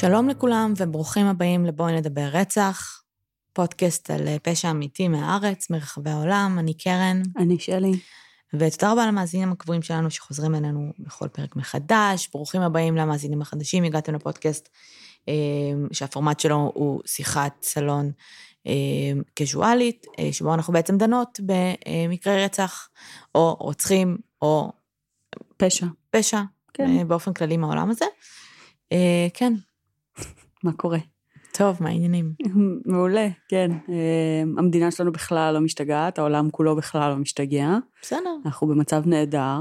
שלום לכולם וברוכים הבאים לבואי נדבר רצח, פודקאסט על פשע אמיתי מהארץ, מרחבי העולם. אני קרן. אני שלי. ותודה רבה למאזינים הקבועים שלנו שחוזרים אלינו בכל פרק מחדש. ברוכים הבאים למאזינים החדשים. הגעתם לפודקאסט שהפורמט שלו הוא שיחת סלון קזואלית, שבו אנחנו בעצם דנות במקרי רצח, או רוצחים, או פשע, כן. באופן כללי מהעולם הזה. כן. מה קורה? טוב, מה העניינים? מעולה, כן. המדינה שלנו בכלל לא משתגעת, העולם כולו בכלל לא משתגע. בסדר. אנחנו במצב נהדר.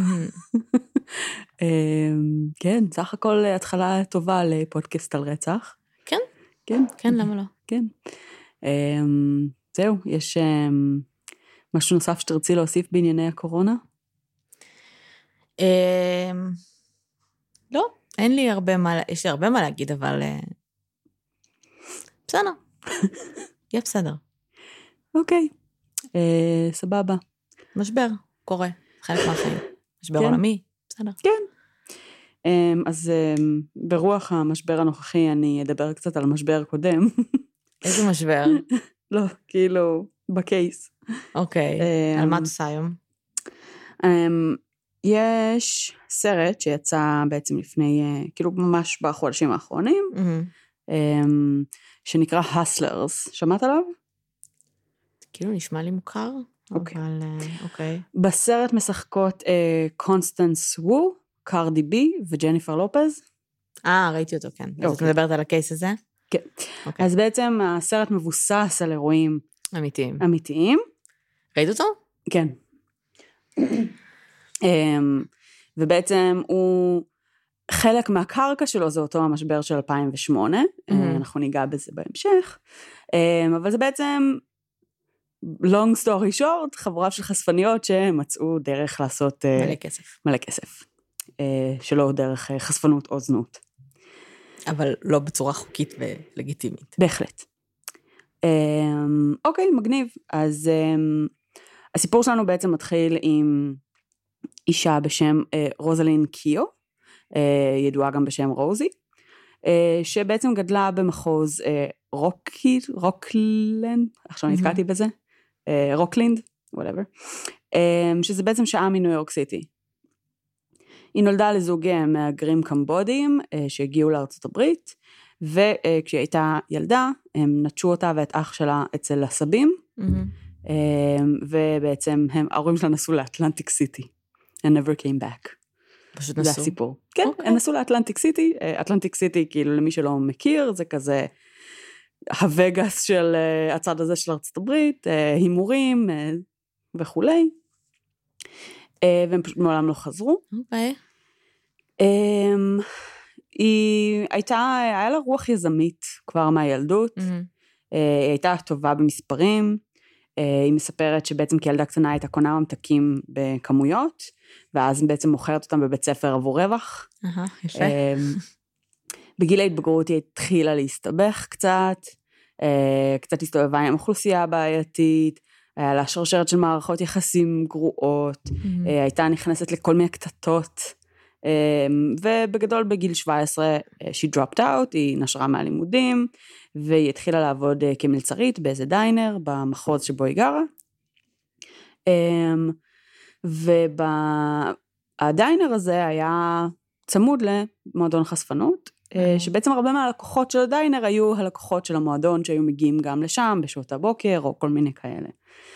כן, סך הכל התחלה טובה לפודקאסט על רצח. כן? כן. כן, למה לא? כן. זהו, יש משהו נוסף שתרצי להוסיף בענייני הקורונה? לא, אין לי הרבה מה, יש לי הרבה מה להגיד, אבל בסדר. יהיה בסדר. אוקיי, סבבה. משבר, קורה, חלק מהחיים. משבר כן. עולמי, בסדר. כן. אז ברוח המשבר הנוכחי אני אדבר קצת על המשבר קודם. איזה משבר? לא, כאילו, בקייס. אוקיי, על מה את עושה היום? יש סרט שיצא בעצם לפני, כאילו ממש בחודשים האחרונים, שנקרא Hustlers. שמעת עליו? כאילו נשמע לי מוכר, אוקיי. אבל אוקיי. בסרט משחקות קונסטנס וו, קרדי בי וג'ניפר לופז. ראיתי אותו, כן. אז את מדברת על הקייס הזה? כן. אוקיי. אז בעצם הסרט מבוסס על אירועים אמיתיים. ראית אותו? כן. ובעצם הוא, חלק מהקרקע שלו זה אותו המשבר של 2008, אנחנו ניגע בזה בהמשך, אבל זה בעצם, long story short, חבורה של חשפניות שמצאו דרך לעשות מלא כסף, שלא דרך חשפנות או זנות. אבל לא בצורה חוקית ולגיטימית. בהחלט. אוקיי, מגניב. אז הסיפור שלנו בעצם מתחיל עם אישה בשם רוזלין קיו, ידועה גם בשם רוזי, שבעצם גדלה במחוז רוקלנד, עכשיו נתקעתי בזה, רוקלינד, whatever, שזה בעצם שעה מניו יורק סיטי. היא נולדה לזוג מהגרים קמבודיים שהגיעו לארצות הברית, וכשהיא הייתה ילדה, הם נטשו אותה ואת אח שלה אצל הסבים, ובעצם ההורים שלה נסעו לאטלנטיק סיטי. And never came back. פשוט נסעו? זה הסיפור. כן, הם נסעו לאטלנטיק סיטי. אטלנטיק סיטי, כאילו למי שלא מכיר, זה כזה הווגאס של הצד הזה של ארצות הברית, הימורים וכולי. והם פשוט מעולם לא חזרו. אוקיי. היא היה לה רוח יזמית כבר מהילדות. היא הייתה טובה במספרים. היא מספרת שבעצם כילדה קטנה הייתה קונה ממתקים בכמויות, ואז בעצם מוכרת אותם בבית ספר עבור רווח. יפה. בגיל ההתבגרות היא התחילה להסתבך קצת הסתובבה עם אוכלוסייה בעייתית, היה לה שרשרת של מערכות יחסים גרועות, הייתה נכנסת לכל מיני קטטות, ובגדול בגיל 17 she dropped out, היא נשרה מהלימודים, והיא התחילה לעבוד כמלצרית באיזה דיינר במחוז שבו היא גרה, והדיינר הזה היה צמוד למועדון חשפנות, שבעצם הרבה מהלקוחות של הדיינר היו הלקוחות של המועדון שהיו מגיעים גם לשם בשעות הבוקר או כל מיני כאלה.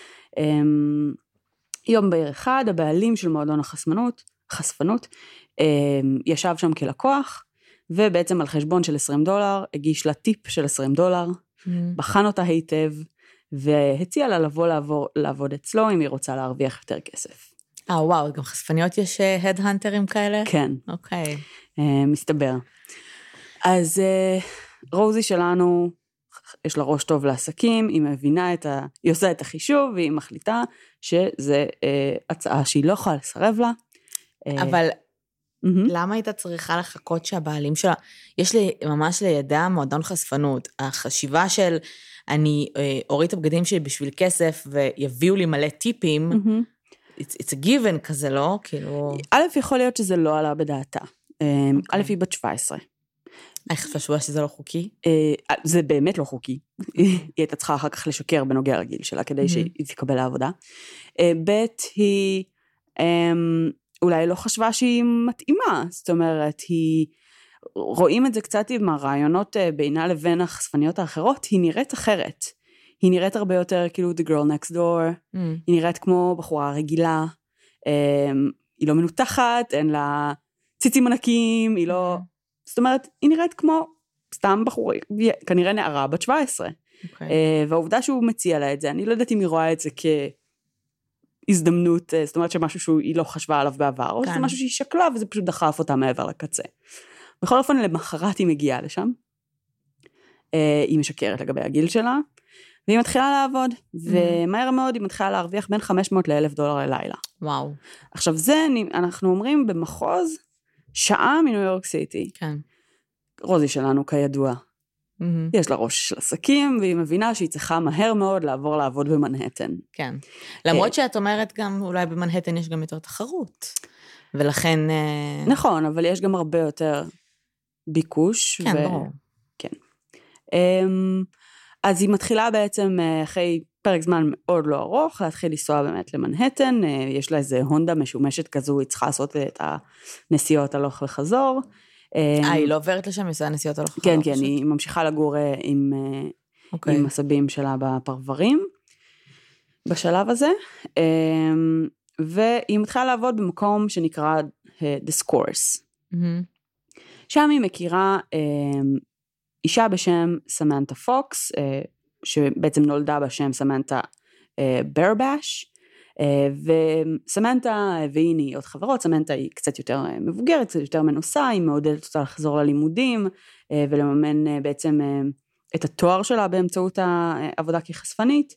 יום בהיר אחד הבעלים של מועדון חשפנות ישב שם כלקוח, ובעצם על חשבון של $20 הגיש לה טיפ של $20, בחן אותה היטב, והציע לה לבוא לעבוד אצלו אם היא רוצה להרוויח יותר כסף. וואו, גם חשפניות יש הדהנטרים כאלה? כן. אוקיי. מסתבר. אז רוזי שלנו, יש לה ראש טוב לעסקים, היא מבינה היא עושה את החישוב, והיא מחליטה שזה הצעה שהיא לא יכולה לסרב לה. אבל למה הייתה צריכה לחכות שהבעלים שלה, יש לי ממש לידה מועדון חשפנות, החשיבה של אני אוריד את הבגדים שלי בשביל כסף, ויביאו לי מלא טיפים, it's a given כזה, לא? כאילו... א', יכול להיות שזה לא עלה בדעתה. א', היא בת 17. איך חשבה שזה לא חוקי? זה באמת לא חוקי. היא הייתה צריכה אחר כך לשקר בנוגע לגיל שלה, כדי שהיא תקבל לעבודה. ב' היא אולי לא חשבה שהיא מתאימה, זאת אומרת, רואים את זה קצת עם הרעיונות בינה לבין החשפניות האחרות, היא נראית אחרת. היא נראית הרבה יותר כאילו the girl next door, היא נראית כמו בחורה רגילה, היא לא מנותחת, אין לה ציצים ענקים, היא לא... זאת אומרת, היא נראית כמו סתם בחורה, כנראה נערה בת 17. והעובדה שהוא מציע לה את זה, אני לא יודעת אם היא רואה את זה כהזדמנות, זאת אומרת שמשהו שהיא לא חשבה עליו בעבר, או שזה משהו שהיא שקלה, וזה פשוט דחף אותה מעבר לקצה. בכל אופן, למחרת היא מגיעה לשם, היא משקרת לגבי הגיל שלה, והיא מתחילה לעבוד, ומהר מאוד היא מתחילה להרוויח בין 500 ל$1,000 ללילה. וואו. עכשיו זה, אנחנו אומרים במחוז, שעה מניו יורק סיטי. כן. רוזי שלנו כידוע. יש לה ראש של עסקים, והיא מבינה שהיא צריכה מהר מאוד לעבור לעבוד במנהטן. כן. למרות שאת אומרת גם, אולי במנהטן יש גם יותר תחרות. ולכן... נכון, אבל יש גם הרבה יותר ביקוש. כן, ברור. כן. אז היא מתחילה בעצם אחרי פרק זמן מאוד לא ארוך, להתחיל לנסוע באמת למנהטן, יש לה איזה הונדה משומשת כזו, היא צריכה לעשות את הנסיעות הלוך וחזור. היא לא עוברת לשם, היא עושה נסיעות הלוך וחזור? כן, כן, היא ממשיכה לגור עם הסבים שלה בפרברים, בשלב הזה, והיא מתחילה לעבוד במקום שנקרא Discourse. שם היא מכירה אישה בשם סמנטה פוקס, שבעצם נולדה בשם סמנטה ברבש, וסמנטה והיני עוד חברות, סמנטה היא קצת יותר מבוגרת, קצת יותר מנוסה, היא מעודדת אותה לחזור ללימודים, ולממן בעצם את התואר שלה באמצעות העבודה כחשפנית,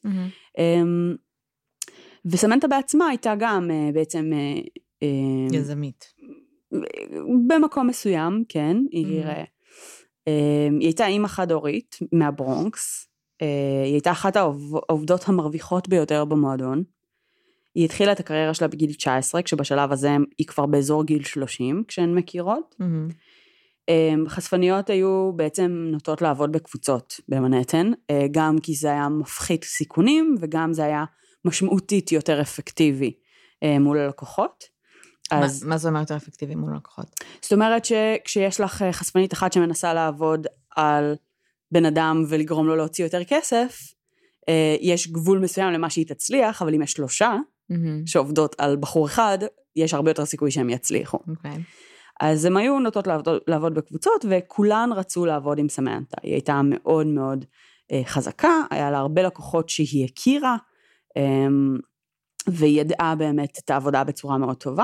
וסמנטה בעצמה הייתה גם בעצם... יזמית. במקום מסוים, כן, היא הייתה אימא חד-הורית מהברונקס, היא הייתה אחת העובדות המרוויחות ביותר במועדון, היא התחילה את הקריירה שלה בגיל 19, כשבשלב הזה היא כבר באזור גיל 30, כשהן מכירות. חשפניות היו בעצם נוטות לעבוד בקבוצות במנהטן, גם כי זה היה מפחית סיכונים, וגם זה היה משמעותית יותר אפקטיבי מול הלקוחות. מה זה אומר יותר אפקטיבי מול לקוחות? זאת אומרת שכשיש לך חשפנית אחת שמנסה לעבוד על בן אדם ולגרום לו להוציא יותר כסף, יש גבול מסוים למה שהיא תצליח, אבל אם יש 3 שעובדות על בחור אחד, יש הרבה יותר סיכוי שהם יצליחו. אז הם היו נוטות לעבוד בקבוצות, וכולן רצו לעבוד עם סמנטה. היא הייתה מאוד מאוד חזקה, היה לה הרבה לקוחות שהיא הכירה, והיא ידעה באמת את העבודה בצורה מאוד טובה.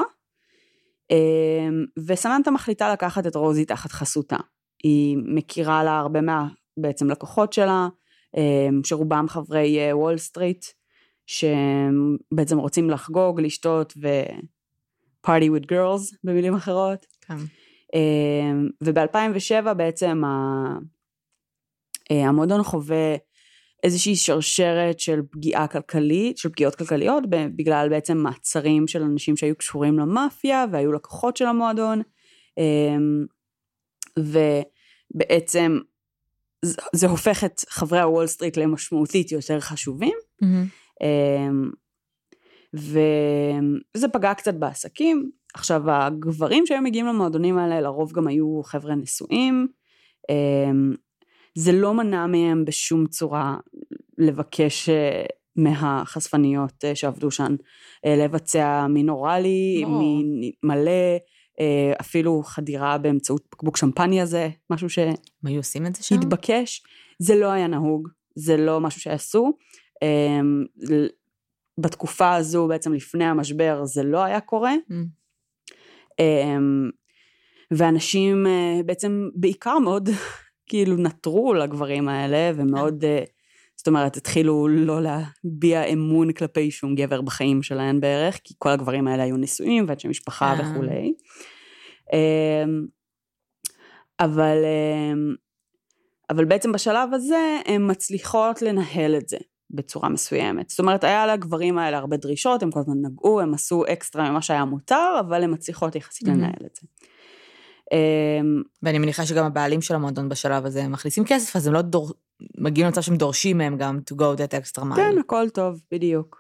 וסמנטה מחליטה לקחת את רוזי תחת חסותה. היא מכירה לה הרבה בעצם לקוחות שלה, שרובם חברי וול סטריט, שבעצם רוצים לחגוג, לשתות party with girls, במילים אחרות. כן. וב-2007 בעצם המועדון חווה איזושהי שרשרת של פגיעה כלכלית, של פגיעות כלכליות, בגלל בעצם מעצרים של אנשים שהיו קשורים למאפיה, והיו לקוחות של המועדון, ובעצם זה הופך את חברי הוול סטריט למשמעותית יותר חשובים, וזה פגע קצת בעסקים. עכשיו, הגברים שהיו מגיעים למועדונים האלה, לרוב גם היו חבר'ה נשואים, זה לא מנע מהם בשום צורה לבקש מהחשפניות שעבדו שם, לבצע מין אוראלי, מין מלא, אפילו חדירה באמצעות בקבוק שמפני הזה, משהו ש... מה היו עושים את זה שם? התבקש, זה לא היה נהוג, זה לא משהו שעשו, בתקופה הזו, בעצם לפני המשבר, זה לא היה קורה, ואנשים בעצם בעיקר מאוד כאילו נטרו לגברים האלה, ומאוד, זאת אומרת, התחילו לא להביע אמון כלפי שום גבר בחיים שלהם בערך, כי כל הגברים האלה היו נשואים, ואנשי משפחה וכולי. אבל בעצם בשלב הזה, הן מצליחות לנהל את זה בצורה מסוימת. זאת אומרת, היה לגברים האלה הרבה דרישות, הם כל הזמן נגעו, הם עשו אקסטרה ממה שהיה מותר, אבל הן מצליחות יחסית לנהל את זה. ואני מניחה שגם הבעלים של המועדון בשלב הזה מכניסים כסף, אז הם לא מגיעים למצב שהם דורשים מהם גם to go that extra mile. כן, הכל טוב, בדיוק.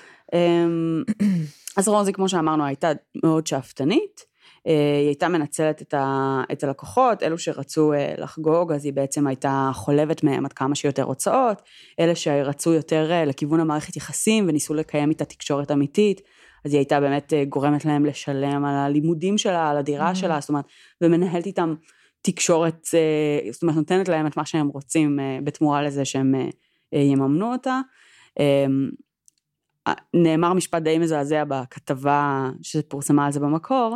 אז רוזי, כמו שאמרנו, הייתה מאוד שאפתנית, היא הייתה מנצלת את הלקוחות, אלו שרצו לחגוג, אז היא בעצם הייתה חולבת מהם עד כמה שיותר הוצאות, אלה שרצו יותר לכיוון המערכת יחסים, וניסו לקיים איתה תקשורת אמיתית, אז היא הייתה באמת גורמת להם לשלם על הלימודים שלה, על הדירה שלה, זאת אומרת, ומנהלת איתם תקשורת, זאת אומרת, נותנת להם את מה שהם רוצים, בתמורה לזה שהם יממנו אותה. נאמר משפט די מזעזע בכתבה שפורסמה על זה במקור,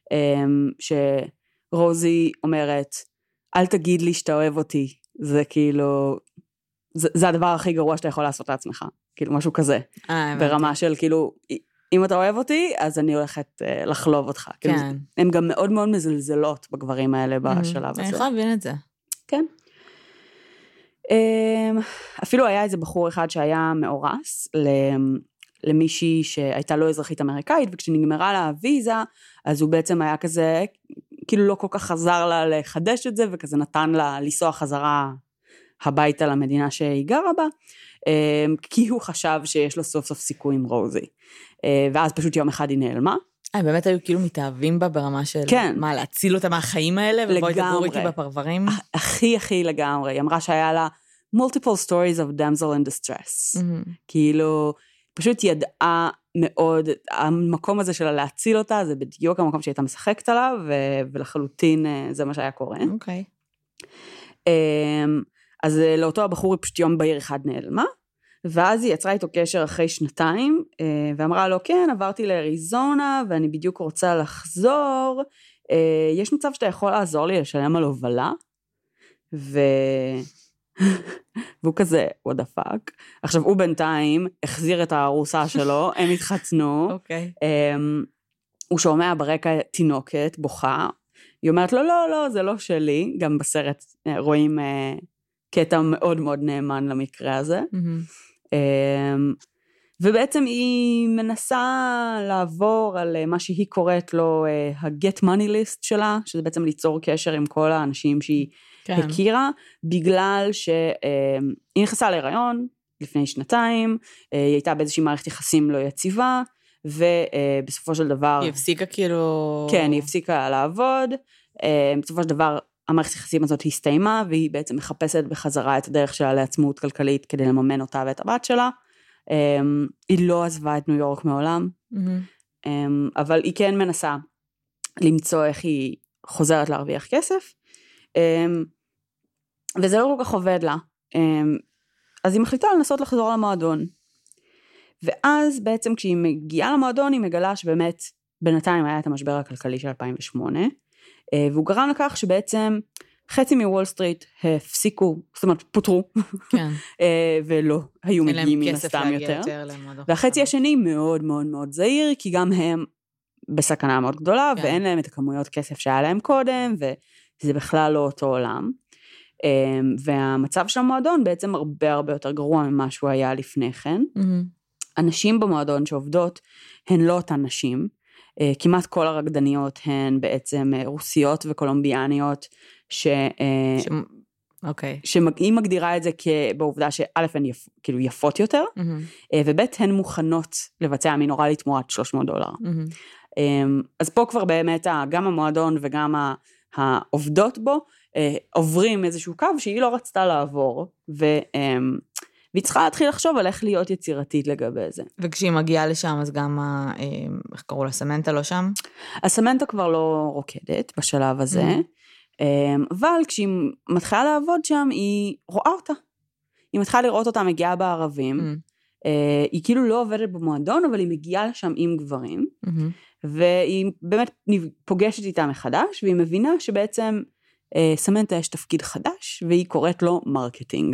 שרוזי אומרת, אל תגיד לי שאתה אוהב אותי, זה כאילו, זה הדבר הכי גרוע שאתה יכול לעשות לעצמך, כאילו משהו כזה, ברמה של כאילו, אם אתה אוהב אותי, אז אני הולכת לחלוב אותך. כן. הן גם מאוד מאוד מזלזלות בגברים האלה בשלב הזה. אני יכולה להבין את זה. כן. אפילו היה איזה בחור אחד שהיה מאורס למישהי שהייתה לא אזרחית אמריקאית, וכשנגמרה לה הוויזה, אז הוא בעצם היה כזה, כאילו לא כל כך חזר לה לחדש את זה, וכזה נתן לה לנסוע חזרה הביתה למדינה שהיא גרה בה, כי הוא חשב שיש לו סוף סוף סיכוי עם רוזי. ואז פשוט יום אחד היא נעלמה. הם באמת היו כאילו מתאהבים בה ברמה של, כן. מה, להציל אותה מהחיים האלה, ובואי תדברו איתי בפרברים? הכי לגמרי. היא אמרה שהיה לה multiple stories of damsel in distress. כאילו, פשוט ידעה מאוד, המקום הזה שלה להציל אותה, זה בדיוק המקום שהייתה משחקת עליו, ולחלוטין זה מה שהיה קורה. אוקיי. אז לאותו הבחור היא פשוט יום בהיר אחד נעלמה, ואז היא יצרה איתו קשר אחרי 2, ואמרה לו, כן, עברתי לאריזונה, ואני בדיוק רוצה לחזור, יש מצב שאתה יכול לעזור לי לשלם על הובלה? והוא כזה, what the fuck. עכשיו, הוא בינתיים החזיר את הרוסה שלו, הם התחתנו, הוא שומע ברקע תינוקת, בוכה, היא אומרת לו, לא, זה לא שלי, גם בסרט רואים קטע מאוד מאוד נאמן למקרה הזה, ובעצם היא מנסה לעבור על מה שהיא קוראת לו ה-get money list שלה, שזה בעצם ליצור קשר עם כל האנשים שהיא הכירה, בגלל שהיא נכנסה להיריון לפני 2, היא הייתה באיזושהי מערכת יחסים לא יציבה, ובסופו של דבר... היא הפסיקה כאילו... כן, היא הפסיקה לעבוד, בסופו של דבר המערכת יחסים הזאת הסתיימה, והיא בעצם מחפשת בחזרה את הדרך שלה לעצמאות כלכלית, כדי לממן אותה ואת הבת שלה. היא לא עזבה את ניו יורק מעולם, אבל היא כן מנסה למצוא איך היא חוזרת להרוויח כסף, וזה לא כל כך עובד לה. אז היא מחליטה לנסות לחזור למועדון. ואז בעצם כשהיא מגיעה למועדון, היא מגלה שבאמת בינתיים היה את המשבר הכלכלי של 2008, והוא גרם לכך שבעצם חצי מוול סטריט הפסיקו, זאת אומרת פוטרו, כן. ולא היו מגיעים מן הסתם יותר. והחצי השני מאוד מאוד מאוד זהיר, כי גם הם בסכנה מאוד גדולה, כן. ואין להם את הכמויות כסף שהיה להם קודם, וזה בכלל לא אותו עולם. והמצב של המועדון בעצם הרבה הרבה יותר גרוע ממה שהוא היה לפני כן. הנשים במועדון שעובדות הן לא אותן נשים, כמעט כל הרקדניות הן בעצם רוסיות וקולומביאניות, שהיא מגדירה את זה בעובדה שא' הן כאילו יפות יותר, וב' הן מוכנות לבצע מינורלי תמורת $300. אז פה כבר באמת גם המועדון וגם העובדות בו, עוברים איזשהו קו שהיא לא רצתה לעבור, והיא צריכה להתחיל לחשוב על איך להיות יצירתית לגבי זה. וכשהיא מגיעה לשם, אז גם, איך קראו לה, סמנטה לא שם? הסמנטה כבר לא רוקדת בשלב הזה, אבל כשהיא מתחילה לעבוד שם, היא רואה אותה. היא מתחילה לראות אותה מגיעה בערבים, היא כאילו לא עובדת במועדון, אבל היא מגיעה לשם עם גברים, והיא באמת פוגשת איתה מחדש, והיא מבינה שבעצם סמנטה יש תפקיד חדש, והיא קוראת לו מרקטינג.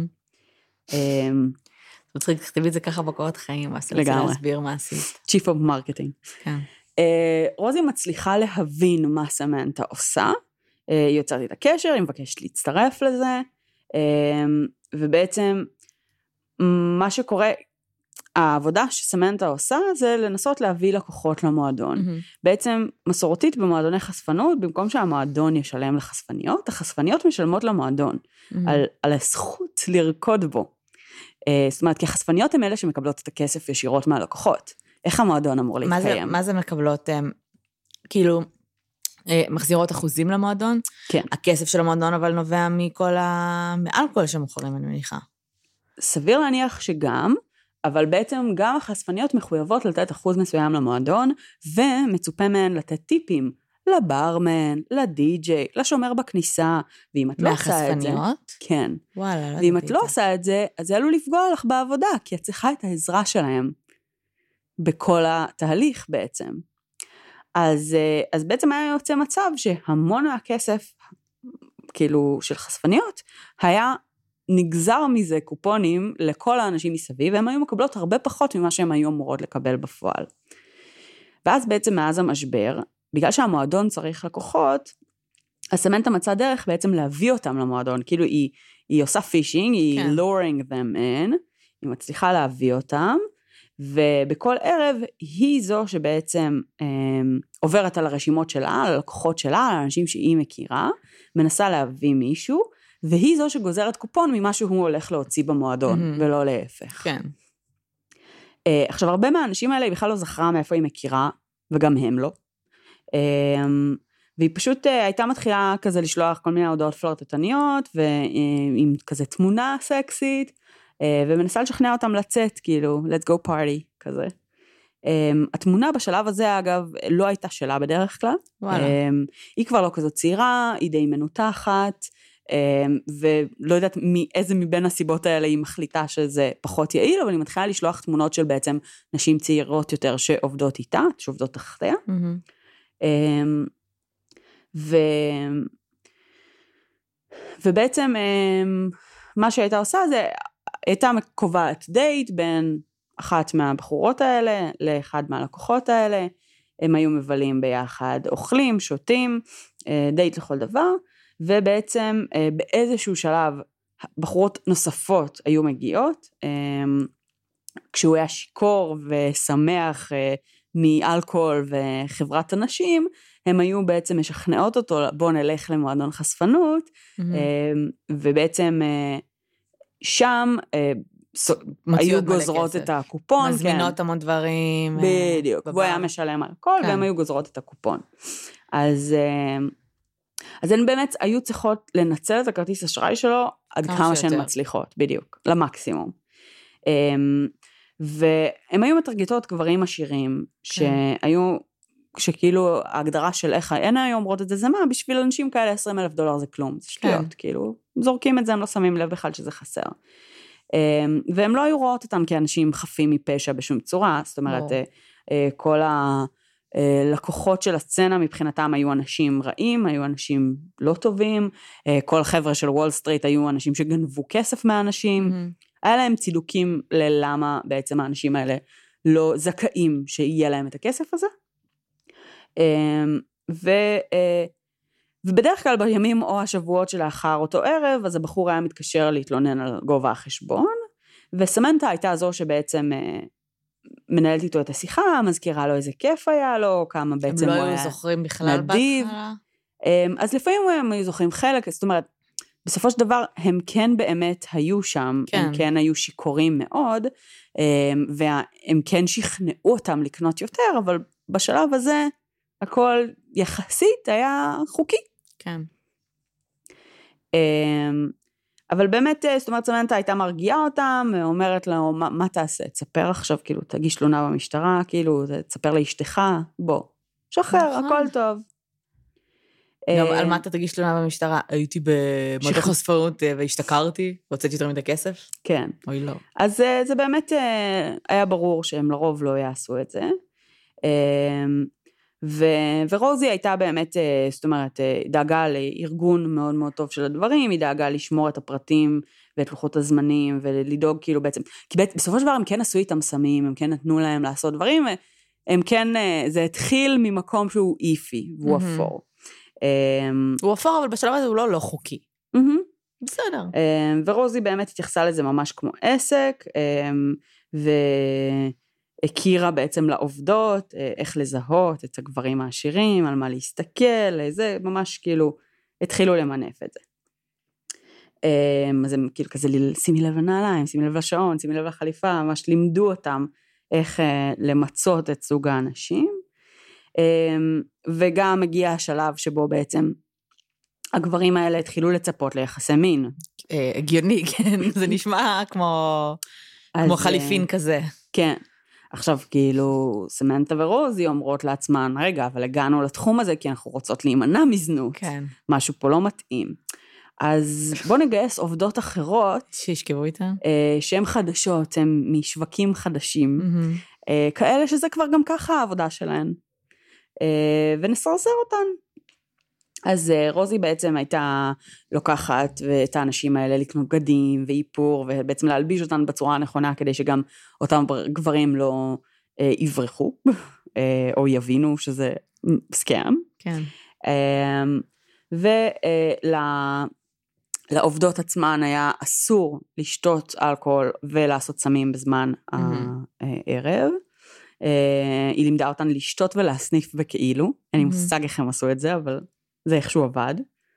צריך לכתוב את זה ככה בקורות חיים, אז אני רוצה להסביר מה עשית. Chief of Marketing. כן. רוזי מצליחה להבין מה סמנטה עושה, היא יוצרת את הקשר, היא מבקשת להצטרף לזה, ובעצם מה שקורה, העבודה שסמנטה עושה זה לנסות להביא לקוחות למועדון. בעצם מסורתית במועדוני חשפנות, במקום שהמועדון ישלם לחשפניות, החשפניות משלמות למועדון, על הזכות לרקוד בו. זאת אומרת, כי החשפניות הן אלה שמקבלות את הכסף ישירות מהלקוחות. איך המועדון אמור להתקיים? מה זה מקבלות, כאילו, מחזירות אחוזים למועדון? כן. הכסף של המועדון אבל נובע מאלכוהול שמוכרים, אני מניחה. סביר להניח שגם, אבל בעצם גם החשפניות מחויבות לתת אחוז מסוים למועדון, ומצופה מהן לתת טיפים לברמן, לדי-ג'יי, לשומר בכניסה, ואם את לא עושה את זה... מהחשפניות? כן. וואלה, לא ואם את לא עושה את זה, אז זה עלול לפגוע לך בעבודה, כי את צריכה את העזרה שלהם בכל התהליך בעצם. אז בעצם היה יוצא מצב שהמון מהכסף, כאילו, של חשפניות, היה נגזר מזה קופונים לכל האנשים מסביב, והם היו מקבלות הרבה פחות ממה שהם היו אמורות לקבל בפועל. ואז בעצם מאז המשבר, בגלל שהמועדון צריך לקוחות, הסמנטה מצאה דרך בעצם להביא אותם למועדון, כאילו היא עושה פישינג, היא luring them in, היא מצליחה להביא אותם, ובכל ערב היא זו שבעצם עוברת על הרשימות שלה, על הלקוחות שלה, על האנשים שהיא מכירה, מנסה להביא מישהו, והיא זו שגוזרת קופון ממה שהוא הולך להוציא במועדון, ולא להפך. כן. עכשיו, הרבה מהאנשים האלה היא בכלל לא זכרה מאיפה היא מכירה, וגם הם לא. והיא פשוט הייתה מתחילה כזה לשלוח כל מיני הודעות פלרטטניות, ועם כזה תמונה סקסית, ומנסה לשכנע אותם לצאת, כאילו, let's go party, כזה. התמונה בשלב הזה, אגב, לא הייתה שלה בדרך כלל. היא כבר לא כזאת צעירה, היא די מנותחת, ולא יודעת מאיזה מבין הסיבות האלה היא מחליטה שזה פחות יעיל, אבל היא מתחילה לשלוח תמונות של בעצם נשים צעירות יותר שעובדות איתה, שעובדות תחתיה. ובעצם מה שהייתה עושה זה, הייתה קובעת דייט בין אחת מהבחורות האלה לאחד מהלקוחות האלה, הם היו מבלים ביחד, אוכלים, שותים, דייט לכל דבר, ובעצם באיזשהו שלב בחורות נוספות היו מגיעות, כשהוא היה שיקור ושמח מאלכוהול וחברת אנשים, הם היו בעצם משכנעות אותו, בוא נלך למועדון חשפנות, ובעצם שם היו גוזרות את הקופון. מזמינות המון דברים. בדיוק, והוא היה משלם על הכל, והם היו גוזרות את הקופון. אז הן באמת היו צריכות לנצל את הכרטיס אשראי שלו, עד כמה שהן מצליחות, בדיוק, למקסימום. והם היו מטרגטות גברים עשירים, שהיו, שכאילו ההגדרה של איך אין היום אומרות את זה, זה מה, בשביל אנשים כאלה $20,000 זה כלום, זה שטויות, כאילו, זורקים את זה, הם לא שמים לב בכלל שזה חסר. והם לא היו רואות אותם כאנשים חפים מפשע בשום צורה, זאת אומרת, כל הלקוחות של הסצנה מבחינתם היו אנשים רעים, היו אנשים לא טובים, כל החבר'ה של וול סטריט היו אנשים שגנבו כסף מהאנשים, היה להם צידוקים ללמה בעצם האנשים האלה לא זכאים שיהיה להם את הכסף הזה, ובדרך כלל בימים או השבועות שלאחר אותו ערב, אז הבחור היה מתקשר להתלונן על גובה החשבון, וסמנטה הייתה זו שבעצם מנהלת איתו את השיחה, מזכירה לו איזה כיף היה לו, כמה בעצם הוא היה נדיב. הם לא היו זוכרים בכלל בהתחלה? אז לפעמים הם היו זוכרים חלק, זאת אומרת, בסופו של דבר הם כן באמת היו שם, הם כן היו שיכורים מאוד, והם כן שכנעו אותם לקנות יותר, אבל בשלב הזה הכל יחסית היה חוקי. כן. אבל באמת, זאת אומרת, סמנטה הייתה מרגיעה אותם, ואומרת לו, מה תעשה? תספר עכשיו, כאילו, תגיש תלונה במשטרה, כאילו, תספר לאשתך, בוא, שחרר, הכל טוב. גם על מה אתה תגיש תלונה במשטרה? הייתי במדור חשפנות והשתכרתי, והוצאתי יותר מדי כסף? כן. אוי לא. אז זה באמת היה ברור שהם לרוב לא יעשו את זה. ורוזי הייתה באמת, זאת אומרת, דאגה לארגון מאוד מאוד טוב של הדברים, היא דאגה לשמור את הפרטים ואת לוחות הזמנים, ולדאוג כאילו בעצם, כי בסופו של דבר הם כן עשו איתם סמים, הם כן נתנו להם לעשות דברים, הם כן, זה התחיל ממקום שהוא איפי, והוא אפור. הוא אפור, אבל בשלב הזה הוא לא חוקי. בסדר. ורוזי באמת התייחסה לזה ממש כמו עסק, והכירה בעצם לעובדות, איך לזהות את הגברים העשירים, על מה להסתכל, זה ממש כאילו, התחילו למנף את זה. אז הם כאילו כזה, שימי לב לנעליים, שימי לב לשעון, שימי לב לחליפה, ממש לימדו אותם איך למצות את סוג האנשים, וגם הגיע השלב שבו בעצם הגברים האלה התחילו לצפות ליחסי מין. הגיוני, כן, זה נשמע כמו חליפין כזה. כן, עכשיו כאילו סמנטה ורוזי אומרות לעצמן, רגע, אבל הגענו לתחום הזה כי אנחנו רוצות להימנע מזנות, כן. משהו פה לא מתאים. אז בוא נגייס עובדות אחרות. שישכבו איתן. שהן חדשות, הן משווקים חדשים, כאלה שזה כבר גם ככה העבודה שלהן. ונסרסר אותן. אז רוזי בעצם הייתה לוקחת את האנשים האלה לקנות בגדים ואיפור, ובעצם להלביש אותן בצורה הנכונה, כדי שגם אותם גברים לא יברחו, או יבינו שזה סקאם. כן. לעובדות עצמן היה אסור לשתות אלכוהול ולעשות סמים בזמן הערב. היא לימדה אותן לשתות ולהסניף בכאילו. אין לי מושג איך הם עשו את זה, אבל זה איכשהו עבד.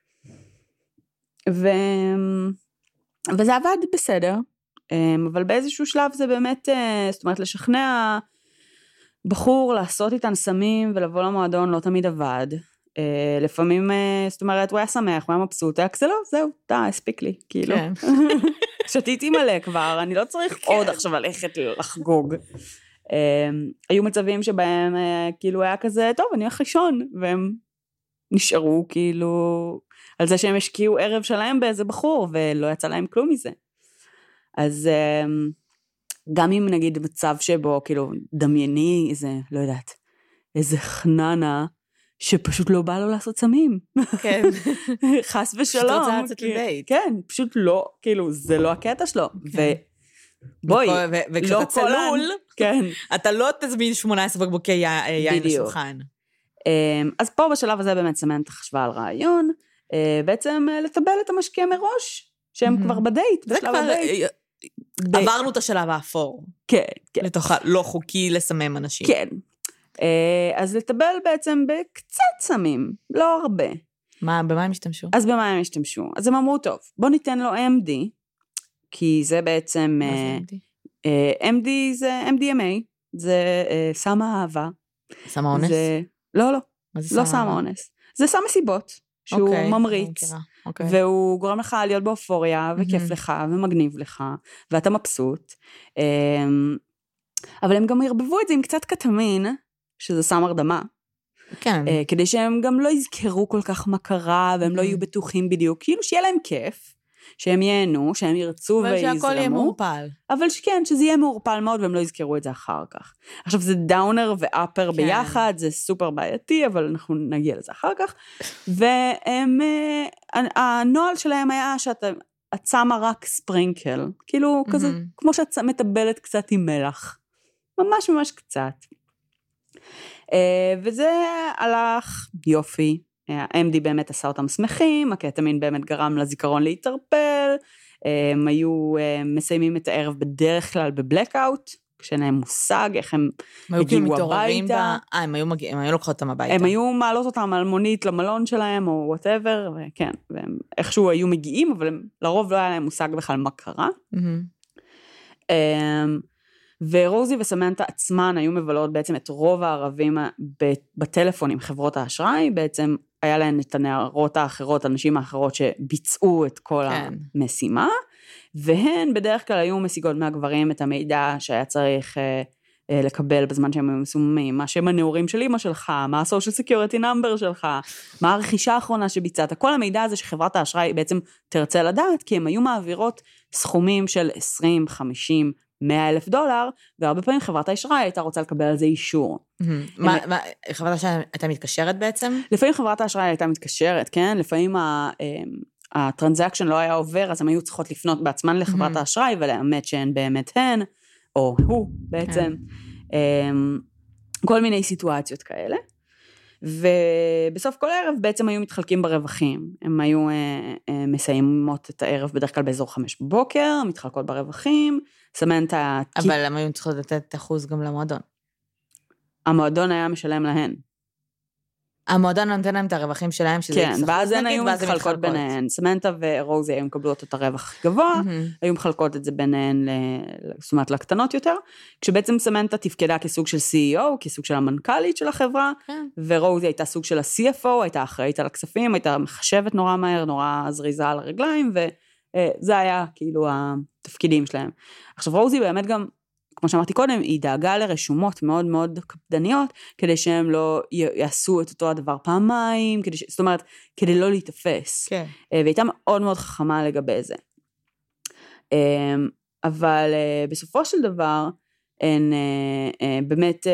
וזה עבד בסדר. אבל באיזשהו שלב זה באמת, זאת אומרת, לשכנע בחור לעשות איתן סמים ולבוא למועדון לא תמיד עבד. לפעמים, זאת אומרת, הוא היה שמח, הוא היה מבסוט, היה כזה לא, זהו, הספיק לי, כאילו. שתיתי מלא כבר, אני לא צריך עוד עכשיו ללכת לחגוג. היו מצבים שבהם כאילו היה כזה, טוב, אני הולך לישון, והם נשארו כאילו, על זה שהם השקיעו ערב שלהם באיזה בחור, ולא יצא להם כלום מזה. אז גם אם נגיד מצב שבו, כאילו, דמייני איזה, לא יודעת, איזה חננה, שפשוט לא בא לו לעשות סמים. כן. חס ושלום. פשוט רוצה לצאת לדייט. כן, פשוט לא, כאילו, זה לא הקטע שלו. ובואי, וכשאתה צלול, כן. אתה לא תזמין 18 בקבוקי יין לשולחן. אז פה בשלב הזה באמת סמנטה חשבה על רעיון, בעצם לטבל את המשקיע מראש, שהם כבר בדייט, בשלב הדייט. עברנו את השלב האפור. כן, כן. לתוך לא חוקי לסמם אנשים. כן. אז לטבל בעצם בקצת סמים, לא הרבה. במה הם השתמשו? אז במה הם השתמשו? אז הם אמרו, טוב, בוא ניתן לו MD, כי זה בעצם... מה זה MD? MD זה MDMA, זה סם האהבה. סם האונס? לא, לא סם האונס. זה סם מסיבות, שהוא ממריץ, והוא גורם לך להיות באופוריה, וכיף לך, ומגניב לך, ואתה מבסוט. אבל הם גם ירבבו את זה עם קצת קטמין, שזה סם הרדמה. כן. כדי שהם גם לא יזכרו כל כך מה קרה, והם לא יהיו בטוחים בדיוק, כאילו שיהיה להם כיף, שהם ייהנו, שהם ירצו ויזרמו. אבל שהכל יהיה מעורפל. אבל כן, שזה יהיה מעורפל מאוד, והם לא יזכרו את זה אחר כך. עכשיו זה דאונר ואפר ביחד, זה סופר בעייתי, אבל אנחנו נגיע לזה אחר כך. והנוהל שלהם היה את שמה רק ספרינקל, כאילו כזה, כמו שאת מטבלת קצת עם מלח. ממש ממש קצת. וזה הלך יופי. ה-MD באמת עשה אותם שמחים, הקטמין באמת גרם לזיכרון להתערפל, הם היו מסיימים את הערב בדרך כלל בבלקאוט, כשאין להם מושג איך הם הגיעו הביתה. הם היו לוקחות אותם הביתה. הם היו מעלות אותם על מונית למלון שלהם, או whatever, וכן, והם איכשהו היו מגיעים, אבל הם, לרוב לא היה להם מושג בכלל מה קרה. ורוזי וסמנטה עצמן היו מבלות בעצם את רוב הערבים בטלפון עם חברות האשראי, בעצם היה להן את הנערות האחרות, הנשים האחרות שביצעו את כל המשימה, והן בדרך כלל היו משיגות מהגברים את המידע שהיה צריך לקבל בזמן שהם היו מסוממים, מה שם הנעורים של אמא שלך, מה ה-social security number שלך, מה הרכישה האחרונה שביצעת, כל המידע הזה שחברת האשראי בעצם תרצה לדעת, כי הם היו מעבירות סכומים של 20, 50, $100,000, והרבה פעמים חברת האשראי הייתה רוצה לקבל על זה אישור. חברת האשראי הייתה מתקשרת בעצם? לפעמים חברת האשראי הייתה מתקשרת, כן? לפעמים הטרנזקשן לא היה עובר, אז הם היו צריכות לפנות בעצמן לחברת האשראי, ולאמת שהן באמת הן, או הוא בעצם, כל מיני סיטואציות כאלה. ובסוף כל הערב בעצם היו מתחלקים ברווחים, הם היו מסיימות את הערב בדרך כלל באזור 5 בבוקר, מתחלקות ברווחים, סמנטה... אבל הם היו צריכות לתת אחוז גם למועדון. המועדון היה משלם להן. המועדון נותן להם את הרווחים שלהם, שזה כן, ואז הן היו מתחלקות ביניהן, סמנטה ורוזי היו מקבלות את הרווח גבוה, היו מחלקות את זה ביניהן, זאת אומרת, לקטנות יותר, כשבעצם סמנטה תפקדה כסוג של CEO, כסוג של המנכ"לית של החברה, ורוזי הייתה סוג של ה-CFO, הייתה אחראית על הכספים, הייתה מחשבת נורא מהר, נורא זריזה על הרגליים, וזה היה כאילו התפקידים שלהם. עכשיו, רוזי באמת גם, כמו שאמרתי קודם, היא דאגה לרשומות מאוד מאוד קפדניות, כדי שהם לא יעשו את אותו הדבר פעמיים, זאת אומרת, כדי לא להתאפס. כן. והייתה מאוד מאוד חכמה לגבי זה. אבל בסופו של דבר, באמת,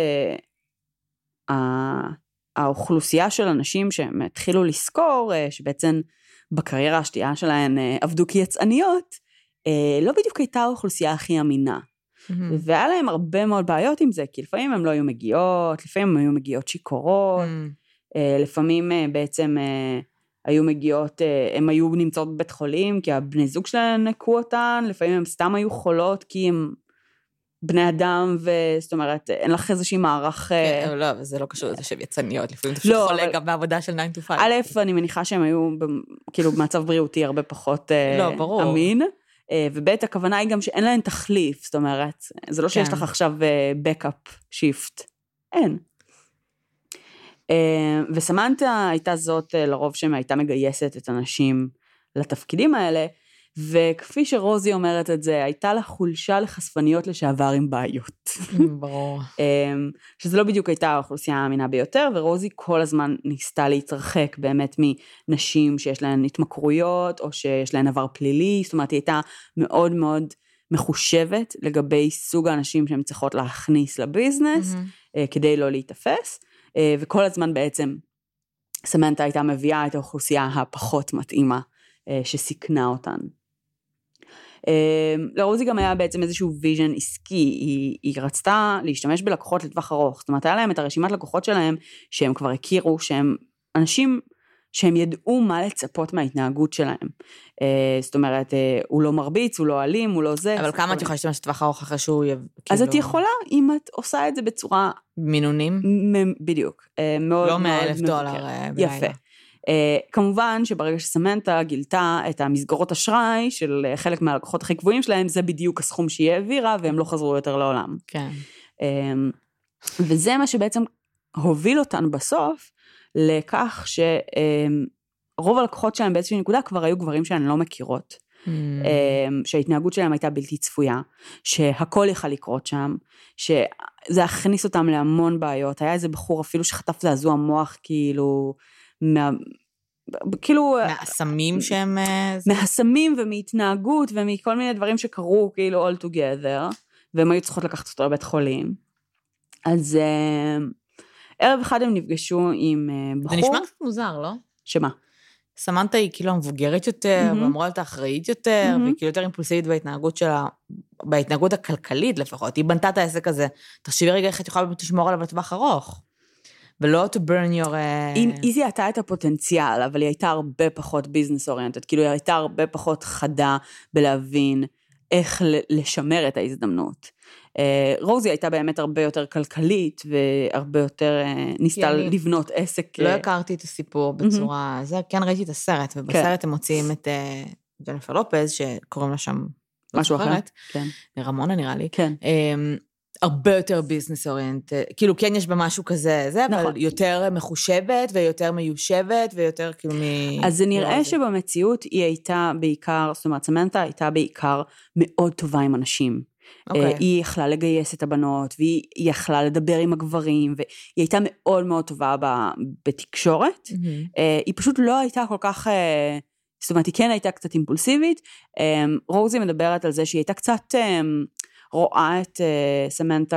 האוכלוסייה של אנשים שהם התחילו לזכור, שבעצם בקריירה השתייה שלהן עבדו כיצאניות, לא בדיוק הייתה האוכלוסייה הכי אמינה. והיה להם הרבה מאוד בעיות עם זה, כי לפעמים הם לא היו מגיעות, לפעמים הם היו מגיעות שיקורות, לפעמים בעצם היו מגיעות, הם היו נמצאות בבית חולים, כי הבני זוג שלהם נקו אותן, לפעמים הם סתם היו חולות, כי הם בני אדם, וזאת אומרת, אין לך איזושהי מערך... לא, זה לא קשור לזה שהן יצניות, לפעמים אתה פשוט חולה גם בעבודה של 9 to 5. א', אני מניחה שהם היו כאילו במצב בריאותי הרבה פחות אמין, ובית הכוונה היא גם שאין להן תחליף, זאת אומרת, זה לא שיש לך עכשיו backup shift, אין. וסמנטה הייתה זאת לרוב שהייתה מגייסת את הנשים לתפקידים האלה, וכפי שרוזי אומרת את זה, הייתה לה חולשה לחשפניות לשעבר עם בעיות. ברור. שזה לא בדיוק הייתה האוכלוסייה האמינה ביותר, ורוזי כל הזמן ניסתה להתרחק באמת מנשים שיש להן התמכרויות, או שיש להן עבר פלילי, זאת אומרת, היא הייתה מאוד מאוד מחושבת לגבי סוג האנשים שהן צריכות להכניס לביזנס, כדי לא להתאפס, וכל הזמן בעצם סמנטה הייתה מביאה את האוכלוסייה הפחות מתאימה, שסיכנה אותן. לרוזי גם היה בעצם איזשהו ויז'ן עסקי, היא רצתה להשתמש בלקוחות לטווח ארוך, זאת אומרת, היה להם את הרשימת לקוחות שלהם, שהם כבר הכירו, שהם אנשים שהם ידעו מה לצפות מההתנהגות שלהם, זאת אומרת, הוא לא מרביץ, הוא לא אלים, הוא לא זה. אבל כמה את יכולה להשתמש לטווח ארוך אחרי שהוא... אז את יכולה, אם את עושה את זה בצורה... מינונים? בדיוק. לא $100,000 יפה. כמובן שברגע שסמנטה גילתה את המסגרות אשראי של חלק מהלקוחות הכי קבועים שלהם, זה בדיוק הסכום שהיא העבירה, והם לא חזרו יותר לעולם. כן. וזה מה שבעצם הוביל אותן בסוף, לכך שרוב הלקוחות שלהם באיזושהי נקודה כבר היו גברים שהן לא מכירות. שההתנהגות שלהם הייתה בלתי צפויה, שהכל יכל לקרות שם, שזה הכניס אותם להמון בעיות. היה איזה בחור אפילו שחטף זעזוע מוח, כאילו... מהסמים שהם... מהסמים ומהתנהגות ומכל מיני דברים שקרו כאילו all together, והם היו צריכות לקחת אותו לבית חולים. אז ערב אחד הם נפגשו עם בחור. זה נשמע קצת מוזר, לא? שמה? סמנטה היא כאילו המבוגרת יותר, ואמורה להיות האחראית יותר, והיא כאילו יותר אימפולסיבית בהתנהגות שלה, בהתנהגות הכלכלית לפחות. היא בנתה את העסק הזה. תחשבי רגע איך את יכולה לשמור עליו לטווח ארוך. ולא to burn your... היא זיהתה את הפוטנציאל, אבל היא הייתה הרבה פחות ביזנס אוריינטד, כאילו היא הייתה הרבה פחות חדה בלהבין איך לשמר את ההזדמנות. רוזי הייתה באמת הרבה יותר כלכלית, והרבה יותר ניסתה לבנות עסק. לא הכרתי את הסיפור בצורה... זה, כן ראיתי את הסרט, ובסרט הם מוציאים את ג'ניפר לופז, שקוראים לה שם... משהו אחר. כן. רמונה נראה לי. כן. הרבה יותר ביזנס אוריינט, כאילו כן יש בה משהו כזה, אבל יותר מחושבת ויותר מיושבת ויותר כאילו אז זה נראה שבמציאות היא הייתה בעיקר, זאת אומרת, סמנטה הייתה בעיקר מאוד טובה עם אנשים. היא יכלה לגייס את הבנות, והיא יכלה לדבר עם הגברים, והיא הייתה מאוד מאוד טובה בתקשורת. היא פשוט לא הייתה כל כך... זאת אומרת, היא כן הייתה קצת אימפולסיבית. רוזי מדברת על זה שהיא הייתה קצת... רואה את סמנטה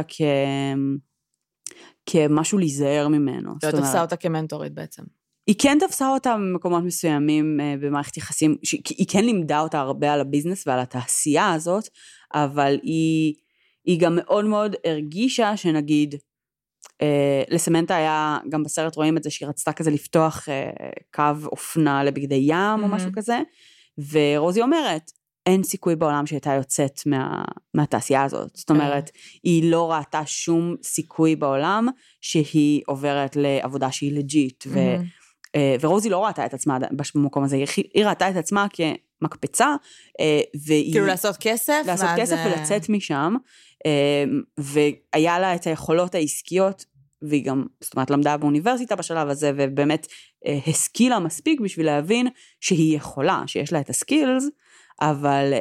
כמשהו להיזהר ממנו. לא תפסה אותה כמנטורית בעצם. היא כן תפסה אותה במקומות מסוימים במערכת יחסים, היא כן לימדה אותה הרבה על הביזנס ועל התעשייה הזאת, אבל היא גם מאוד מאוד הרגישה שנגיד, לסמנטה היה, גם בסרט רואים את זה, שהיא רצתה כזה לפתוח קו אופנה לבגדי ים או משהו כזה, ורוזי אומרת, אין סיכוי בעולם שהייתה יוצאת מהתעשייה הזאת. זאת אומרת, היא לא ראתה שום סיכוי בעולם שהיא עוברת לעבודה שהיא לג'יט, ורוזי לא ראתה את עצמה במקום הזה, היא ראתה את עצמה כמקפצה, כאילו לעשות כסף? לעשות כסף ולצאת משם, והיה לה את היכולות העסקיות, והיא גם, זאת אומרת, למדה באוניברסיטה בשלב הזה, ובאמת השכילה מספיק בשביל להבין שהיא יכולה, שיש לה את הסקילס, אבל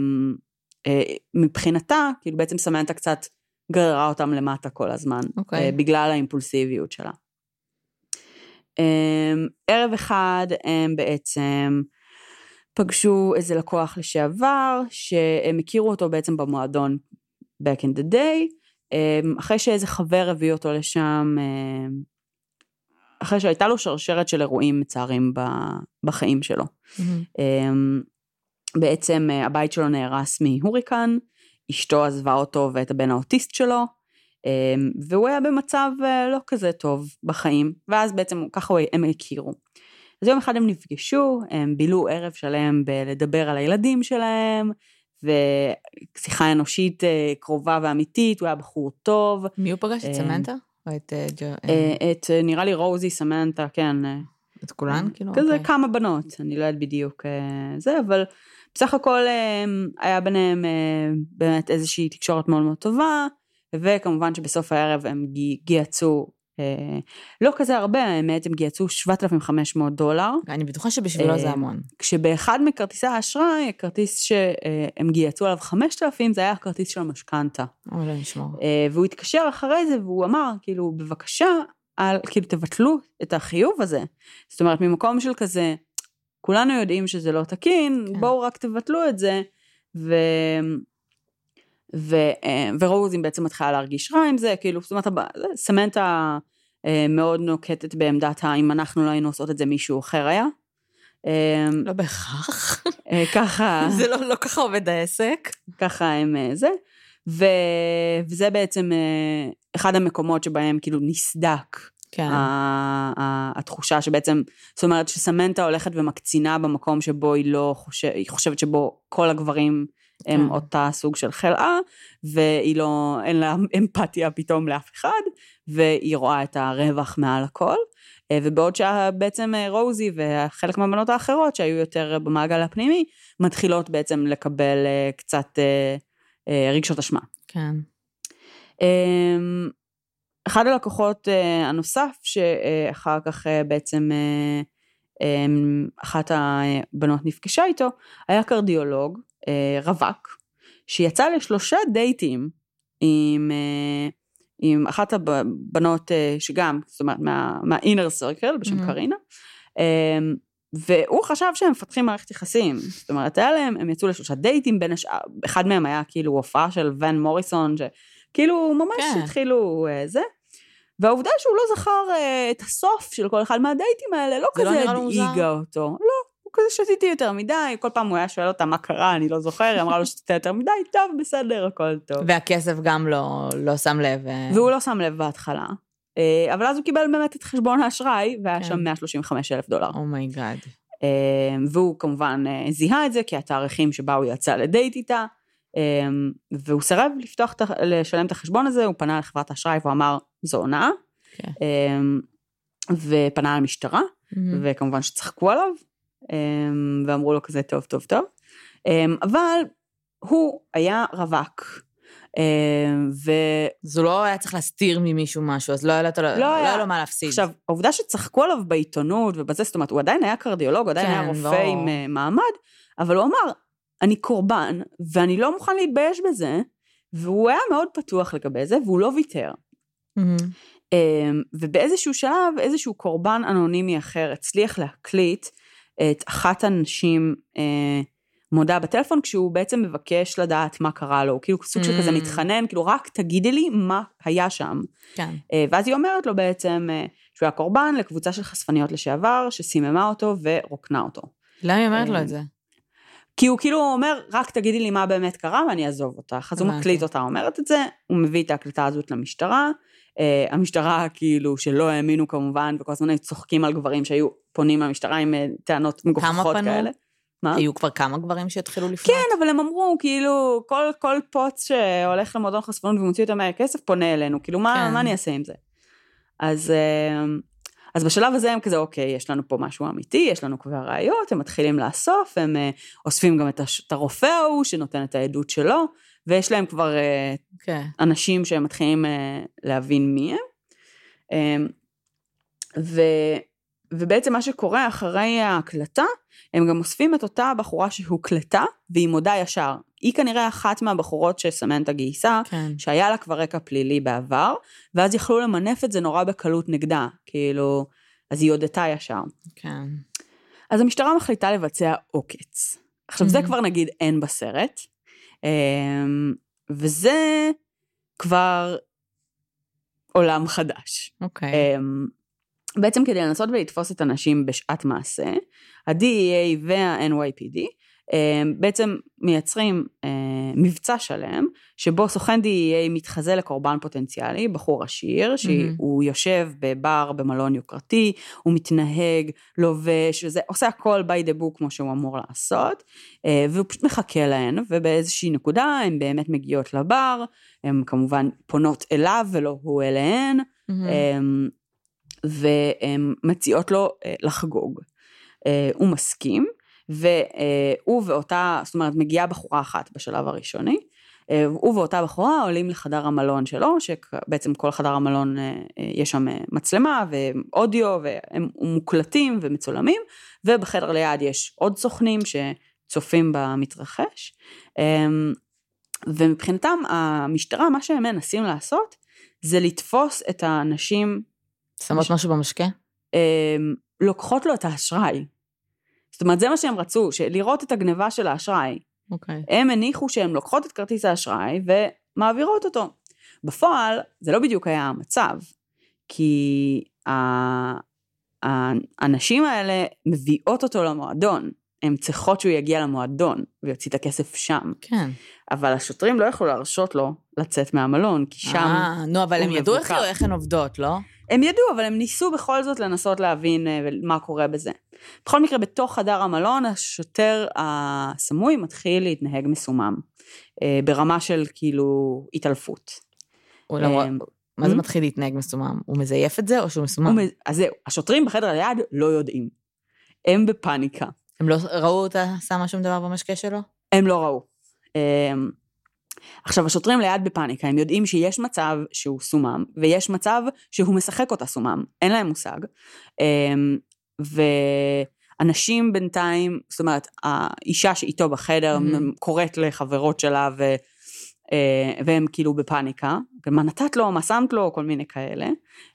מבחינתה, כאילו בעצם סמנטה קצת גררה אותם למטה כל הזמן, בגלל האימפולסיביות שלה. ערב אחד הם בעצם פגשו איזה לקוח לשעבר, שהם הכירו אותו בעצם במועדון back in the day, אחרי שאיזה חבר הביא אותו לשם, אחרי שהייתה לו שרשרת של אירועים מצערים בחיים שלו. בעצם הבית שלו נהרס מהוריקן, אשתו עזבה אותו ואת הבן האוטיסט שלו, והוא היה במצב לא כזה טוב בחיים, ואז בעצם ככה הם הכירו. אז יום אחד הם נפגשו, הם בילו ערב שלהם בלדבר על הילדים שלהם, ושיחה אנושית קרובה ואמיתית, הוא היה בחור טוב. מי הוא פגש? את סמנטה? את נראה לי רוזי, סמנטה, כן. את כולן? כזה כמה בנות, אני לא יודעת בדיוק זה, אבל בסך הכל היה ביניהם באמת איזושהי תקשורת מאוד מאוד טובה, וכמובן שבסוף הערב הם גייצו, לא כזה הרבה, האמת, הם גייצו $7,500. אני בטוחה שבשבילו זה המון. כשבאחד מכרטיסי האשראי, הכרטיס שהם גייצו עליו 5,000, זה היה הכרטיס של המשכנתה. לא נשמור. והוא התקשר אחרי זה, והוא אמר, כאילו, בבקשה, כאילו, תבטלו את החיוב הזה. זאת אומרת, ממקום של כזה, כולנו יודעים שזה לא תקין, בואו רק תבטלו את זה, ורוזים בעצם מתחילה להרגיש רע עם זה, כאילו, זאת אומרת, סמנטה מאוד נוקטת בעמדת, אם אנחנו לא היינו עושות את זה, מישהו אחר היה. לא בהכרח. ככה. זה לא ככה עובד העסק. ככה הם זה, וזה בעצם אחד המקומות שבהם כאילו נסדק, התחושה שבעצם, זאת אומרת שסמנטה הולכת ומקצינה במקום שבו היא חושבת שבו כל הגברים הם אותה סוג של חלאה, והיא לא, אין לה אמפתיה פתאום לאף אחד, והיא רואה את הרווח מעל הכל, ובעוד שבעצם רוזי וחלק מהבנות האחרות שהיו יותר במעגל הפנימי, מתחילות בעצם לקבל קצת רגשות אשמה. כן. אחד הלקוחות הנוסף שאחר כך בעצם אחת הבנות נפגשה איתו, היה קרדיולוג, רווק, שיצא ל3 דייטים עם אחת הבנות שגם, זאת אומרת, מה-inner circle בשם קרינה, והוא חשב שהם מפתחים מערכת יחסים, זאת אומרת, הם יצאו ל3 דייטים, בין השאר, אחד מהם היה כאילו הופעה של ון מוריסון, שכאילו ממש התחילו זה, והעובדה שהוא לא זכר את הסוף של כל אחד מהדייטים האלה, לא כזה הדאיגה אותו, לא, הוא כזה שתיתי יותר מדי, כל פעם הוא היה שואל אותה מה קרה, אני לא זוכר, היא אמרה לו שתיתי יותר מדי, טוב, בסדר, הכל טוב. והכסף גם לא שם לב. והוא לא שם לב בהתחלה, אבל אז הוא קיבל באמת את חשבון האשראי, והיה שם $135,000. אומייגאד. והוא כמובן זיהה את זה, כי התאריכים שבה הוא יצא לדייט איתה, והוא סרב לשלם את החשבון הזה, הוא פנה לחברת האשראי, והוא אמר, זו הונאה, ופנה למשטרה, וכמובן שצחקו עליו, ואמרו לו כזה טוב, טוב, טוב, אבל הוא היה רווק, זו לא היה צריך להסתיר ממישהו משהו, אז לא היה לו מה להפסיד. עכשיו, העובדה שצחקו עליו בעיתונות, ובזה, זאת אומרת, הוא עדיין היה קרדיולוג, הוא עדיין היה רופא עם מעמד, אבל הוא אמר, אני קורבן, ואני לא מוכן להתבייש בזה, והוא היה מאוד פתוח לגבי זה, והוא לא ויתר. ובאיזשהו שלב, איזשהו קורבן אנונימי אחר, הצליח להקליט את אחת הנשים מודה בטלפון, כשהוא בעצם מבקש לדעת מה קרה לו, הוא כאילו סוג של כזה מתחנן, כאילו רק תגידי לי מה היה שם. כן. ואז היא אומרת לו בעצם, שהוא היה קורבן לקבוצה של חשפניות לשעבר, שסיממה אותו ורוקנה אותו. למה היא אומרת לו את זה? כי הוא כאילו אומר, רק תגידי לי מה באמת קרה, ואני אעזוב אותך. אז הוא מקליט אותה, אומרת את זה, הוא מביא את ההקלטה הזאת למשטרה, המשטרה כאילו שלא האמינו כמובן, וכל הזמן היו צוחקים על גברים שהיו פונים למשטרה עם טענות מגוחכות כאלה. מה? היו כבר כמה גברים שהתחילו לפנות? כן, אבל הם אמרו, כאילו, כל פוץ שהולך למועדון חשפנות ומוציא אותם מהכסף, פונה אלינו, כאילו, מה אני אעשה עם זה? אז בשלב הזה הם כזה, אוקיי, יש לנו פה משהו אמיתי, יש לנו כבר ראיות, הם מתחילים לאסוף, הם אוספים גם את הרופא ההוא, שנותן את העדות שלו, ויש להם כבר אנשים שהם מתחילים להבין מי הם. ובעצם מה שקורה אחרי ההקלטה, הם גם אוספים את אותה בחורה שהוקלטה, והיא מודה ישר. היא כנראה אחת מהבחורות שסמנטה גייסה, שהיה לה כבר רקע פלילי בעבר, ואז יכלו למנף את זה נורא בקלות נגדה, כאילו, אז היא הודתה ישר. כן. אז המשטרה מחליטה לבצע עוקץ. עכשיו, זה כבר נגיד אין בסרט, וזה כבר עולם חדש. אוקיי. בעצם כדי לנסות ולתפוס את אנשים בשעת מעשה, ה-DEA וה-NYPD בעצם מייצרים מבצע שלם, שבו סוכן DEA מתחזה לקורבן פוטנציאלי, בחור עשיר, שהוא יושב בבר במלון יוקרתי, הוא מתנהג, לובש, וזה עושה הכל by the book כמו שהוא אמור לעשות, והוא פשוט מחכה להן, ובאיזושהי נקודה הן באמת מגיעות לבר, הן כמובן פונות אליו ולא הוא אליהן, ומציעות לו לחגוג. הוא מסכים, והוא ואותה, זאת אומרת, מגיעה בחורה אחת בשלב הראשוני, הוא ואותה בחורה עולים לחדר המלון שלו, שבעצם כל חדר המלון יש שם מצלמה ואודיו, והם מוקלטים ומצולמים, ובחדר ליד יש עוד סוכנים שצופים במתרחש, ומבחינתם המשטרה, מה שהם מנסים לעשות, זה לתפוס את האנשים, שמות משהו במשקה? לוקחות לו את האשראי. זאת אומרת, זה מה שהם רצו, לראות את הגניבה של האשראי. אוקיי. הם הניחו שהם לוקחות את כרטיס האשראי ומעבירות אותו. בפועל, זה לא בדיוק היה המצב, כי האנשים האלה מביאות אותו למועדון, הם צריכות שהוא יגיע למועדון ויוציא את הכסף שם. כן. אבל השוטרים לא יכולו להרשות לו לצאת מהמלון, כי שם נו, אבל הם ידעו איך הן עובדות, לא? הם ידעו, אבל הם ניסו בכל זאת לנסות להבין מה קורה בזה. בכל מקרה, בתוך חדר המלון, השוטר הסמוי מתחיל להתנהג מסומם, ברמה של כאילו התעלפות. מה זה מתחיל להתנהג מסומם? הוא מזייף את זה או שהוא מסומם? אז זהו, השוטרים בחדר ליד לא יודעים. הם בפאניקה. הם לא ראו אותה שמה שום דבר במשקה שלו? הם לא ראו. עכשיו, השוטרים ליד בפאניקה, הם יודעים שיש מצב שהוא סומם, ויש מצב שהוא משחק אותה סומם, אין להם מושג, ואנשים בינתיים, זאת אומרת, האישה שאיתו בחדר, קוראת לחברות שלה, והם כאילו בפאניקה, מה נתת לו, מה שמת לו, כל מיני כאלה,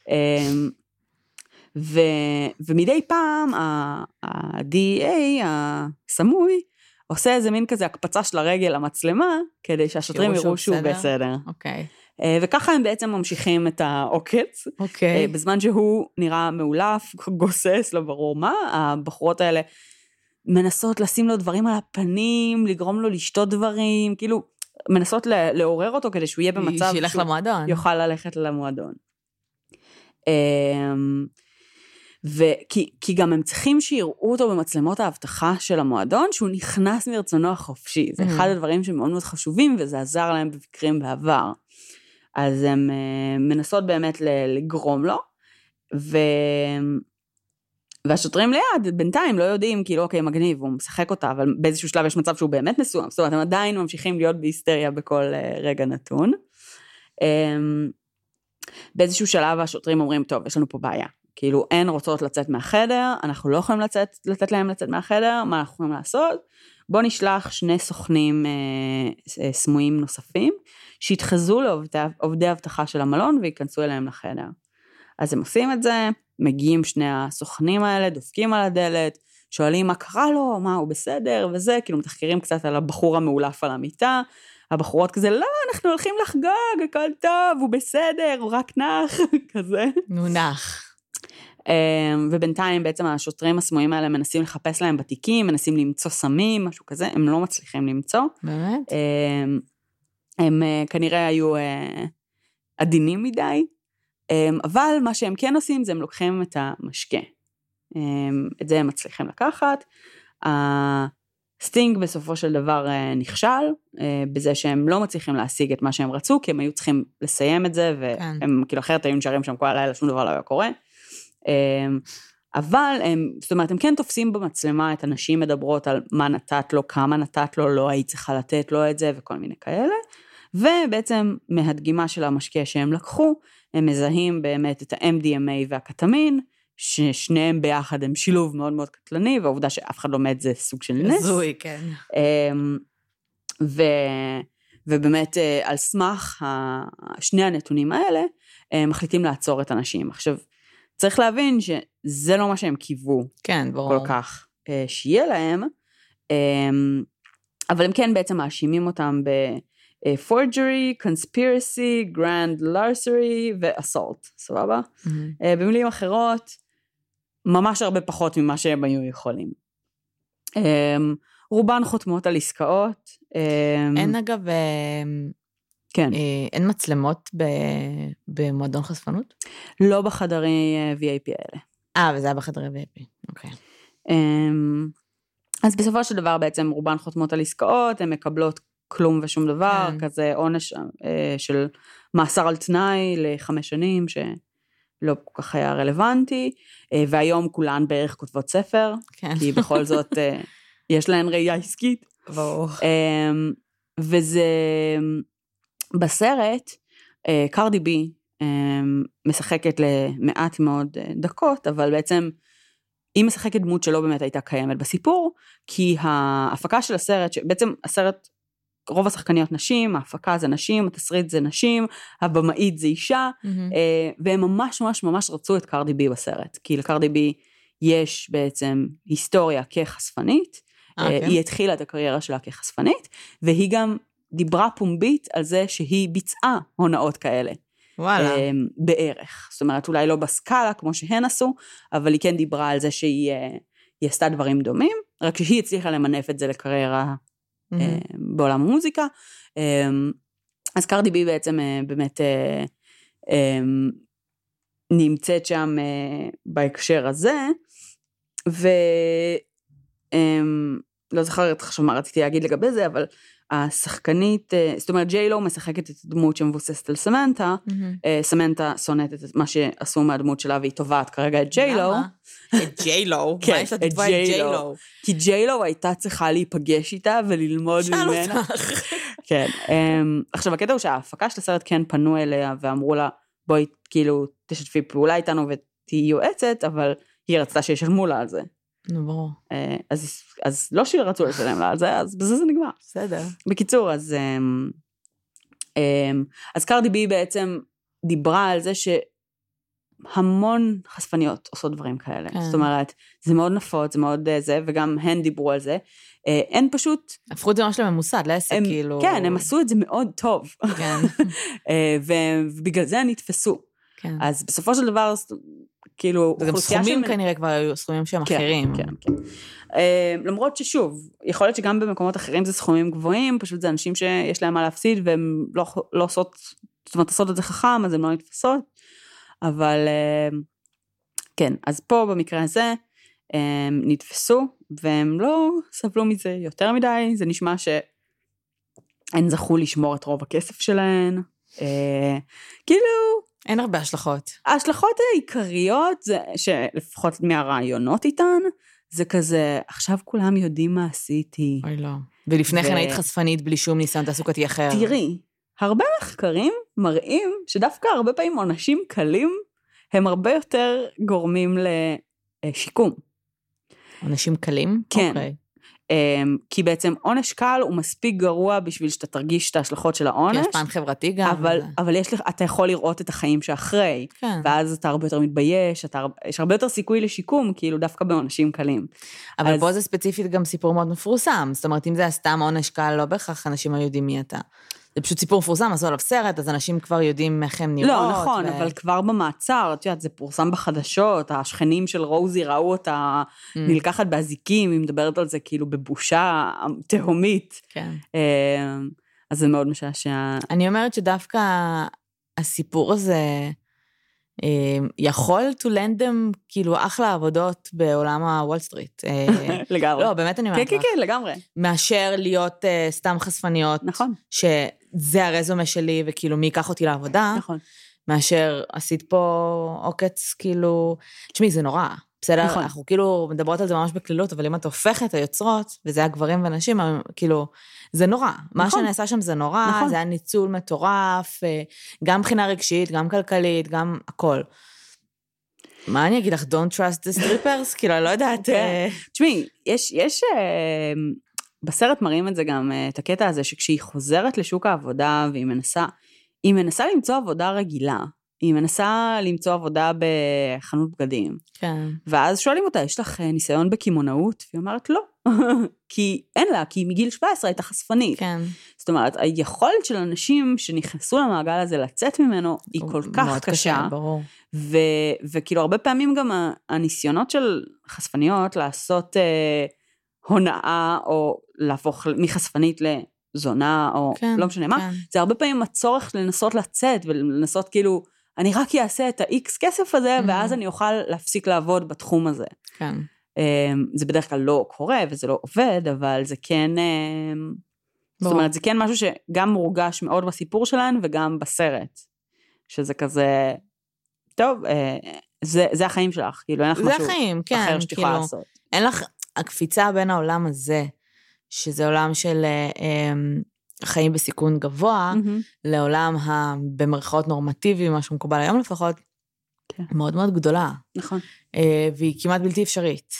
ומדי פעם, ה-DEA, הסמוי, עושה איזה מין כזה הקפצה של הרגל למצלמה, כדי שהשוטרים יראו שהוא בסדר. אוקיי. וככה הם בעצם ממשיכים את העוקץ. אוקיי. בזמן שהוא נראה מעולף, גוסס, לא ברור מה, הבחורות האלה מנסות לשים לו דברים על הפנים, לגרום לו לשתות דברים, כאילו מנסות לעורר אותו כדי שהוא יהיה במצב שילך למועדון. יוכל ללכת למועדון. כי גם הם צריכים שיראו אותו במצלמות ההבטחה של המועדון, שהוא נכנס מרצונו החופשי. זה אחד הדברים שמאוד מאוד חשובים, וזה עזר להם במקרים בעבר. אז הם מנסות באמת לגרום לו, והשוטרים ליד בינתיים לא יודעים, כאילו אוקיי, מגניב, הוא משחק אותה, אבל באיזשהו שלב יש מצב שהוא באמת מסוים, זאת אומרת, הם עדיין ממשיכים להיות בהיסטריה בכל רגע נתון. באיזשהו שלב השוטרים אומרים, טוב, יש לנו פה בעיה. כאילו, הן רוצות לצאת מהחדר, אנחנו לא יכולים לתת להם לצאת מהחדר, מה אנחנו יכולים לעשות? בוא נשלח 2 סוכנים סמויים נוספים, שהתחזו לעובדי הבטחה של המלון, ויכנסו אליהם לחדר. אז הם עושים את זה, מגיעים 2 הסוכנים האלה, דופקים על הדלת, שואלים מה קרה לו, מה הוא בסדר, וזה, כאילו מתחקרים קצת על הבחור המעולף על המיטה, הבחורות כזה, לא, אנחנו הולכים לחגוג, הכל טוב, הוא בסדר, הוא רק נח, כזה. נו נח. ובינתיים בעצם השוטרים הסמויים האלה מנסים לחפש להם בתיקים, מנסים למצוא סמים, משהו כזה, הם לא מצליחים למצוא. באמת? הם כנראה היו עדינים מדי, אבל מה שהם כן עושים, זה הם לוקחים את המשקה. את זה הם מצליחים לקחת. הסטינג בסופו של דבר נכשל, בזה שהם לא מצליחים להשיג את מה שהם רצו, כי הם היו צריכים לסיים את זה, והם כאילו אחרת היו נשארים שם כל הלילה, שום דבר לא היה קורה. אבל זאת אומרת, הם כן תופסים במצלמה את הנשים מדברות על מה נתת לו, כמה נתת לו, לא היית צריכה לתת לו את זה, וכל מיני כאלה. ובעצם מהדגימה של המשקה שהם לקחו, הם מזהים באמת את ה-MDMA והקטמין, ששניהם ביחד הם שילוב מאוד מאוד קטלני, והעובדה שאף אחד לא מת זה סוג של נס. זוי, כן. ובאמת על סמך שני הנתונים האלה, מחליטים לעצור את הנשים. עכשיו, צריך להבין שזה לא מה שהם קיוו. כן, ברור. כל כך שיהיה להם, אבל הם כן בעצם מאשימים אותם ב-forgery, conspiracy, grand larceny ו-assault, סבבה? במילים אחרות, ממש הרבה פחות ממה שהם היו יכולים. רובן חותמות על עסקאות. אין אגב, כן. אין מצלמות במועדון חשפנות? לא בחדרי VIP האלה. וזה היה בחדרי VIP, אוקיי. אז בסופו של דבר בעצם רובן חותמות על עסקאות, הן מקבלות כלום ושום דבר, כזה עונש של מאסר על תנאי ל5 שנים, שלא כל כך היה רלוונטי, והיום כולן בערך כותבות ספר, כי בכל זאת יש להן ראייה עסקית. ברור. וזה בסרט, קרדי בי משחקת למעט מאוד דקות, אבל בעצם היא משחקת דמות שלא באמת הייתה קיימת בסיפור, כי ההפקה של הסרט, בעצם הסרט, רוב השחקניות נשים, ההפקה זה נשים, התסריט זה נשים, הבמאית זה אישה, והם ממש ממש ממש רצו את קרדי בי בסרט, כי לקרדי בי יש בעצם היסטוריה כחשפנית, היא התחילה את הקריירה שלה כחשפנית, והיא גם דיברה פומבית על זה שהיא ביצעה הונאות כאלה. וואלה. בערך. זאת אומרת, אולי לא בסקאלה כמו שהן עשו, אבל היא כן דיברה על זה שהיא עשתה דברים דומים, רק שהיא הצליחה למנף את זה לקריירה בעולם המוזיקה. אז קרדי בי בעצם באמת נמצאת שם בהקשר הזה, לא זוכרת עכשיו מה רציתי להגיד לגבי זה, אבל השחקנית, זאת אומרת, ג'יילו משחקת את הדמות שמבוססת על סמנטה, סמנטה שונאת את מה שעשו מהדמות שלה, והיא טובעת כרגע את ג'יילו. למה? את ג'יילו? כן, את ג'יילו. כי ג'יילו הייתה צריכה להיפגש איתה וללמוד ממנה. שאל אותך. כן. עכשיו, הקטע הוא שההפקה של הסרט כן פנו אליה, ואמרו לה, בואי כאילו תשתפי פעולה איתנו ותהי יועצת, אבל היא רצתה שישלמו לה על זה. נו, ברור. אז לא שרצו לשלם לה על זה, אז בזה זה נגמר. בסדר. בקיצור, אז קרדי בי בעצם דיברה על זה שהמון חשפניות עושות דברים כאלה. זאת אומרת, זה מאוד נפוץ, זה מאוד זה, וגם הן דיברו על זה. הן פשוט... הפכו את זה ממש לממוסד, לעסק כאילו... כן, הם עשו את זה מאוד טוב. כן. ובגלל זה הם נתפסו. כן. אז בסופו של דבר... כאילו, זה גם סכומים כנראה כבר היו סכומים שהם אחרים. כן, כן. למרות ששוב, יכול להיות שגם במקומות אחרים זה סכומים גבוהים, פשוט זה אנשים שיש להם מה להפסיד, והם לא עושות, זאת אומרת, עושות את זה חכם, אז הם לא נתפסות, אבל כן, אז פה במקרה הזה, נתפסו, והם לא סבלו מזה יותר מדי, זה נשמע שהן זכו לשמור את רוב הכסף שלהן, כאילו, אין הרבה השלכות. ההשלכות העיקריות, זה שלפחות מהרעיונות איתן, זה כזה, עכשיו כולם יודעים מה עשיתי. אוי לא. ולפני כן היית חשפנית בלי שום ניסיון תעסוקתי אחר. תראי, הרבה מחקרים מראים שדווקא הרבה פעמים עונשים קלים, הם הרבה יותר גורמים לשיקום. עונשים קלים? כן. אוקיי. כי בעצם עונש קל הוא מספיק גרוע בשביל שאתה תרגיש את ההשלכות של העונש. יש פן חברתי גם. אבל אתה יכול לראות את החיים שאחרי, כן. ואז אתה הרבה יותר מתבייש, יש הרבה יותר סיכוי לשיקום, כאילו דווקא בעונשים קלים. אבל פה זה ספציפית גם סיפור מאוד מפורסם, זאת אומרת, אם זה היה סתם עונש קל, לא בהכרח אנשים היו יודעים מי אתה. זה פשוט סיפור מפורסם, עשו עליו סרט, אז אנשים כבר יודעים איך הם נראות. לא, נכון, אבל כבר במעצר, את יודעת, זה פורסם בחדשות, השכנים של רוזי ראו אותה נלקחת באזיקים, היא מדברת על זה כאילו בבושה תהומית. כן. אז זה מאוד משעשע. אני אומרת שדווקא הסיפור הזה, יכול to lend them כאילו אחלה עבודות בעולם הוול סטריט. לגמרי. לא, באמת אני אומרת לך. כן, כן, לגמרי. מאשר להיות סתם חשפניות. נכון. שזה הרזומה שלי, וכאילו מי ייקח אותי לעבודה. נכון. מאשר עשית פה עוקץ, כאילו, תשמעי, זה נורא. בסדר, נכון. אנחנו כאילו מדברות על זה ממש בכלילות, אבל אם את הופכת את היוצרות, וזה הגברים ונשים, כאילו, זה נורא. מה נכון. שנעשה שם זה נורא, נכון. זה היה ניצול מטורף, גם מבחינה רגשית, גם כלכלית, גם הכל. מה אני אגיד לך, don't trust the strippers? כאילו, אני לא יודעת. תשמעי, יש בסרט מראים את זה גם, את הקטע הזה, שכשהיא חוזרת לשוק העבודה, והיא מנסה למצוא עבודה רגילה, היא מנסה למצוא עבודה בחנות בגדים. כן. ואז שואלים אותה, יש לך ניסיון בכימונאות? והיא אומרת, לא. כי אין לה, כי מגיל 17 הייתה חשפנית. כן. זאת אומרת, היכולת של אנשים שנכנסו למעגל הזה לצאת ממנו, היא כל כך קשה. ברור. וכאילו הרבה פעמים גם הניסיונות של חשפניות לעשות הונאה, או להפוך מחשפנית לזונה, או לא משנה מה, זה הרבה פעמים הצורך לנסות לצאת, ולנסות כאילו, אני רק אעשה את ה-X כסף הזה, ואז אני אוכל להפסיק לעבוד בתחום הזה. כן. זה בדרך כלל לא קורה, וזה לא עובד, אבל זה כן, זאת אומרת, זה כן משהו שגם מורגש מאוד בסיפור שלנו, וגם בסרט, שזה כזה, טוב, זה החיים שלך, כאילו אין לך משהו אחר שתוכל לעשות. אין לך, הקפיצה בין העולם הזה, שזה עולם של חיים בסיכון גבוה, לעולם במרכאות נורמטיבי, מה שמקובל היום לפחות, מאוד מאוד גדולה. נכון. והיא כמעט בלתי אפשרית.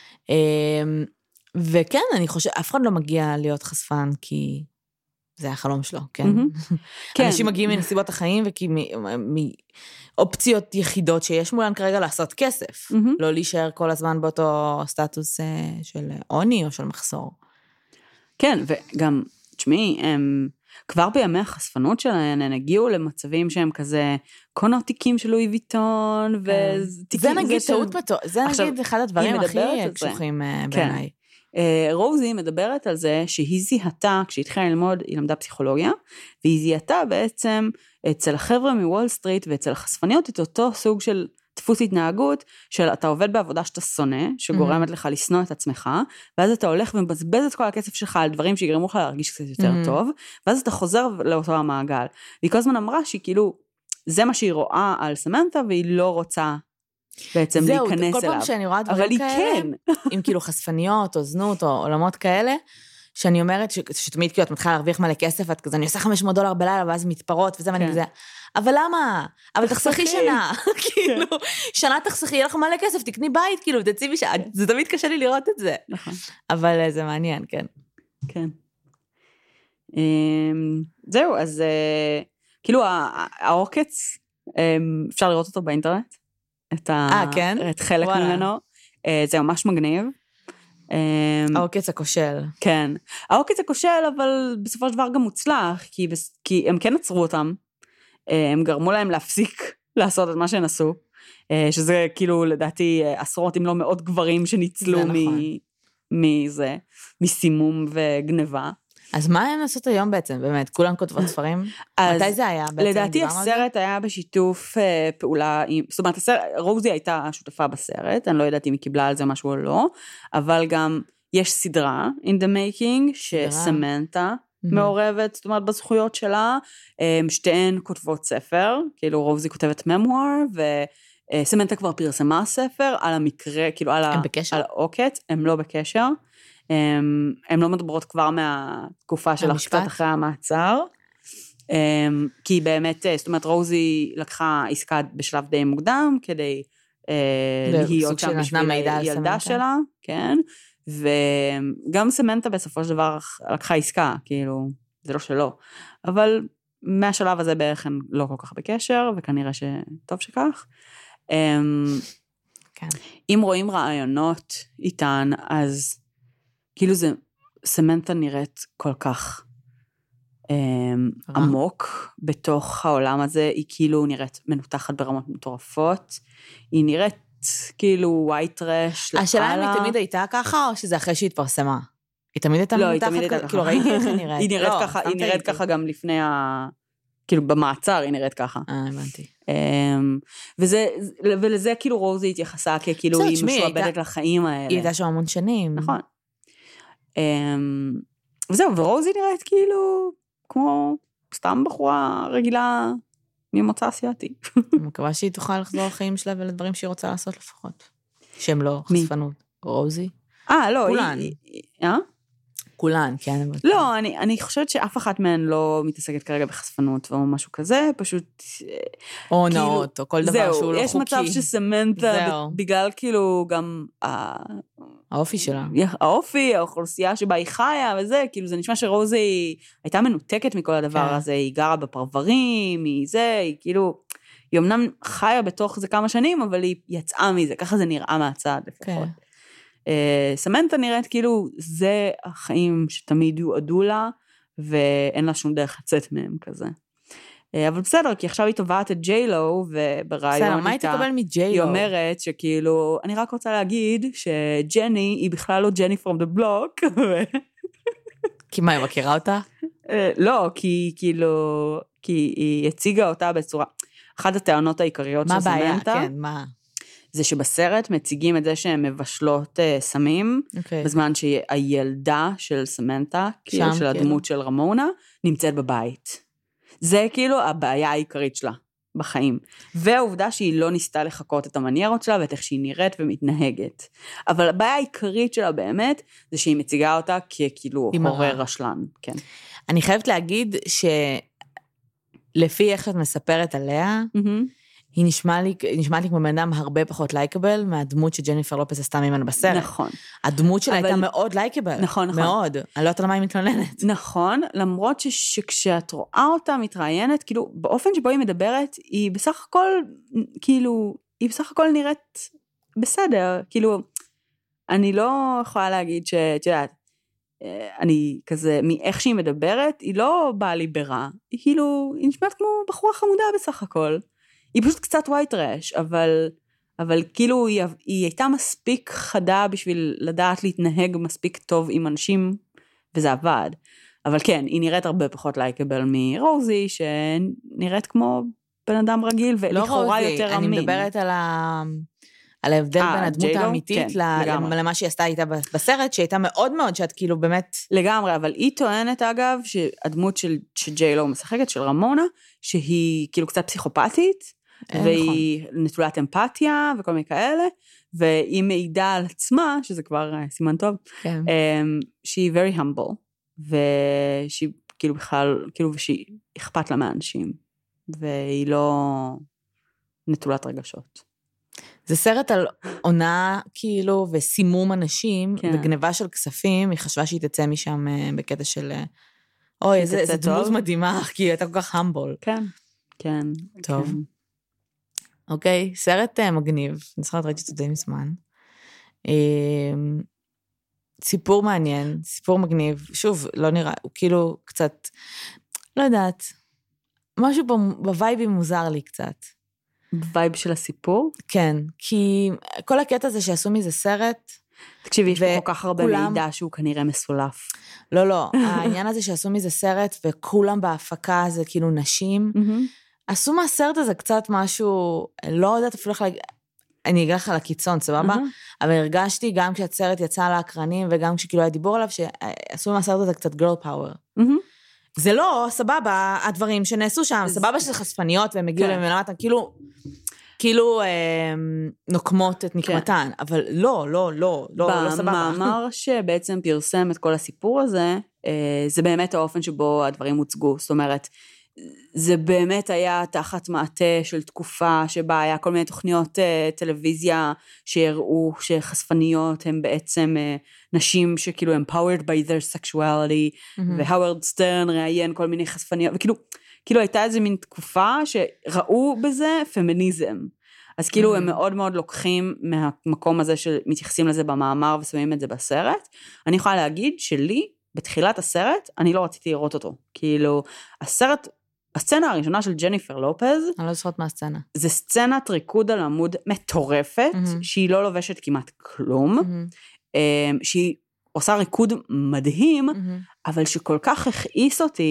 וכן, אני חושב, אף אחד לא מגיע להיות חשפן, כי זה החלום שלו, כן? אנשים מגיעים מנסיבות החיים, וכי מאופציות יחידות שיש מולן כרגע לעשות כסף, לא להישאר כל הזמן באותו סטטוס של עוני או של מחסור. כן, וגם, תשמעי, כבר בימי החשפנות שלהן, הן הגיעו למצבים שהם כזה, קונות תיקים של לואי ויטון, זה נגיד טעות מטורפת, זה נגיד אחד הדברים הכי קשוחים בעיניי. רוזי מדברת על זה שהיא זיהתה, כשהיא התחילה ללמוד, היא למדה פסיכולוגיה, והיא זיהתה בעצם אצל החבר'ה מוול סטריט ואצל החשפניות את אותו סוג של דפוס התנהגות, של אתה עובד בעבודה שאתה שונא, שגורמת לך לשנוא את עצמך, ואז אתה הולך ומבזבז את כל הכסף שלך על דברים שיגרמו לך להרגיש קצת יותר טוב, ואז אתה חוזר לאותו המעגל. והיא כל הזמן אמרה שהיא כאילו, זה מה שהיא רואה על סמנתה, והיא לא רוצה בעצם להיכנס אליו. כל פעם שאני רואה דברים כאלה, עם כאילו חשפניות או זנות או עולמות כאלה, שאני אומרת שתמיד כאילו את מתחילה להרוויח מלא כסף, את כזה, אני עושה $500 בלילה, ואז מתפרות, וזה ואני כזה, אבל למה? אבל תחסכי שנה, כאילו, שנה תחסכי, יהיה לך מלא כסף, תקני בית, כאילו, תציבי זה תמיד קשה לי לראות את זה. נכון. אבל זה מעניין, כן. כן. זהו, אז כאילו, העוקץ, אפשר לראות אותו באינטרנט, את חלק ממנו, זה ממש מגניב. העוקץ הכושל. כן. העוקץ הכושל, אבל בסופו של דבר גם מוצלח, כי הם כן עצרו אותם, הם גרמו להם להפסיק לעשות את מה שהם עשו, שזה כאילו לדעתי עשרות אם לא מאות גברים שניצלו מזה, מסימום וגניבה. אז מה הם לעשות היום בעצם, באמת? כולם כותבות ספרים? מתי זה היה בעצם? לדעתי הסרט היה בשיתוף פעולה, זאת אומרת, רוזי הייתה שותפה בסרט, אני לא יודעת אם היא קיבלה על זה משהו או לא, אבל גם יש סדרה, in the making, שסמנתה מעורבת, זאת אומרת, בזכויות שלה, שתיהן כותבות ספר, כאילו רוזי כותבת ממואר, וסמנתה כבר פרסמה ספר על המקרה, כאילו על העוקץ, הם לא בקשר, הן לא מדברות כבר מהתקופה שלך קצת אחרי המעצר, כי באמת, זאת אומרת, רוזי לקחה עסקה בשלב די מוקדם, כדי להיות שם בשביל הילדה שלה, כן, וגם סמנתה בסופו של דבר לקחה עסקה, כאילו, זה לא שלא, אבל מהשלב הזה בערך הם לא כל כך בקשר, וכנראה שטוב שכך. אם רואים רעיונות איתן, אז כאילו זה, סמנתה נראית כל כך עמוק בתוך העולם הזה, היא כאילו נראית מנותחת ברמות מטורפות, היא נראית כאילו ווייט טרש. השאלה אם היא תמיד הייתה ככה, או שזה אחרי שהיא התפרסמה? היא תמיד הייתה מנותחת? לא, היא תמיד הייתה ככה. כאילו ראיתי איך היא נראית. היא נראית ככה גם לפני כאילו במעצר היא נראית ככה. הבנתי. ולזה כאילו רוזי התייחסה ככאילו היא משועבדת לחיים האלה. היא הייתה שם המון שנים. נכון. וזהו, ורוזי נראית כאילו כמו סתם בחורה רגילה ממוצא אסיאתי. אני מקווה שהיא תוכל לחזור לחיים שלה ולדברים שהיא רוצה לעשות לפחות. שהם לא חשפנות. רוזי? לא. כולן. כולן, כן. לא, אני חושבת שאף אחת מהן לא מתעסקת כרגע בחשפנות או משהו כזה, פשוט... או נאות, או כל דבר שהוא לא חוקי. יש מצב שסמנתה, בגלל כאילו גם... האופי שלה. האופי, האוכלוסייה שבה היא חיה וזה, כאילו זה נשמע שרוזי הייתה מנותקת מכל הדבר הזה, היא גרה בפרברים, היא כאילו... היא אמנם חיה בתוך זה כמה שנים, אבל היא יצאה מזה, ככה זה נראה מהצד לפחות. סמנתה נראית כאילו זה החיים שתמיד יועדו לה, ואין לה שום דרך לצאת מהם כזה. אבל בסדר, כי עכשיו היא תובעת את ג'יילו, וברעיון בסדר, מה היא תקבל מג'יילו? היא אומרת שכאילו, אני רק רוצה להגיד שג'ני היא בכלל לא ג'ני from the block. כי מה, היא מכירה אותה? לא, כי כאילו, כי היא הציגה אותה בצורה, אחת הטענות העיקריות של סמנתה. מה הבעיה? כן, מה? זה שבסרט מציגים את זה שהן מבשלות סמים, בזמן שהילדה של סמנתה, כאילו של הדמות של רמונה, נמצאת בבית. זה כאילו הבעיה העיקרית שלה בחיים. והעובדה שהיא לא ניסתה לחכות את המניירות שלה, ואת איך שהיא נראית ומתנהגת. אבל הבעיה העיקרית שלה באמת, זה שהיא מציגה אותה ככאילו הורה רשלן. כן. אני חייבת להגיד שלפי איך את מספרת עליה, היא נשמעת לי כמו בן אדם הרבה פחות לייקבל מהדמות שג'ניפר לופס עשתה ממנה בסרט. נכון. הדמות שלה הייתה מאוד לייקבל. נכון. מאוד. אני לא יודעת על מה היא מתלוננת. נכון, למרות שכשאת רואה אותה מתראיינת, כאילו, באופן שבו היא מדברת, היא בסך הכל, כאילו, היא בסך הכל נראית בסדר. כאילו, אני לא יכולה להגיד שאת יודעת, אני כזה, מאיך שהיא מדברת, היא לא באה לי ברע. היא כאילו, היא נשמעת כמו בחורה חמודה בסך הכל. היא פשוט קצת white trash, אבל כאילו היא הייתה מספיק חדה בשביל לדעת להתנהג מספיק טוב עם אנשים, וזה עבד. אבל כן, היא נראית הרבה פחות לייקבל מרוזי, שנראית כמו בן אדם רגיל, ולכאורה יותר אמין. אני מדברת על ההבדל בין הדמות האמיתית למה שהיא עשתה איתה בסרט, שהייתה מאוד מאוד, שאת כאילו באמת... לגמרי, אבל היא טוענת אגב, שהדמות שג'יילו משחקת, של רמונה, שהיא כאילו קצת פסיכופתית, והיא נטולת אמפתיה וכל מיני כאלה, והיא מעידה על עצמה, שזה כבר סימן טוב, שהיא very humble, ושהיא כאילו בכלל, כאילו ושהיא אכפת לה מהאנשים, והיא לא נטולת רגשות. זה סרט על עונה כאילו, וסימום אנשים, וגניבה של כספים, היא חשבה שהיא תצא משם בקטע של, אוי, זה דמות מדהימה, כי היא הייתה כל כך humble. כן, כן. טוב. אוקיי, סרט מגניב, אני זוכרת ראיתי אותו די מזמן. סיפור מעניין, סיפור מגניב, שוב, לא נראה, הוא כאילו קצת, לא יודעת, משהו בווייבים מוזר לי קצת. בווייב של הסיפור? כן, כי כל הקטע הזה שעשו מזה סרט, תקשיבי, יש פה כל כך הרבה מידע שהוא כנראה מסולף. לא, העניין הזה שעשו מזה סרט, וכולם בהפקה זה כאילו נשים, עשו מהסרט הזה קצת משהו, לא יודעת אפילו איך להגיד, אני אגיד לך על הקיצון, סבבה? אבל הרגשתי גם כשהסרט יצא לאקרנים, וגם כשכאילו היה דיבור עליו, שעשו מהסרט הזה קצת girl power. זה לא, סבבה, הדברים שנעשו שם, סבבה שזה חשפניות, והם הגיעו למלמטה, כאילו נוקמות את נקמתן, אבל לא סבבה. במאמר שבעצם פרסם את כל הסיפור הזה, זה באמת האופן שבו הדברים הוצגו, זאת אומרת, זה באמת היה תחת מעטה של תקופה שבה היה כל מיני תוכניות טלוויזיה שהראו שחשפניות הן בעצם נשים שכאילו empowered by their sexuality, והאוורד סטרן ראיין כל מיני חשפניות, וכאילו הייתה איזה מין תקופה שראו בזה פמיניזם. אז כאילו הם מאוד מאוד לוקחים מהמקום הזה שמתייחסים לזה במאמר ושמים את זה בסרט. אני יכולה להגיד שלי, בתחילת הסרט, אני לא רציתי לראות אותו. כאילו, הסצנה הראשונה של ג'ניפר לופז, אני לא זוכרת מה הסצנה. זה סצנת ריקוד על עמוד מטורפת, שהיא לא לובשת כמעט כלום, שהיא עושה ריקוד מדהים, אבל שכל כך הכעיס אותי,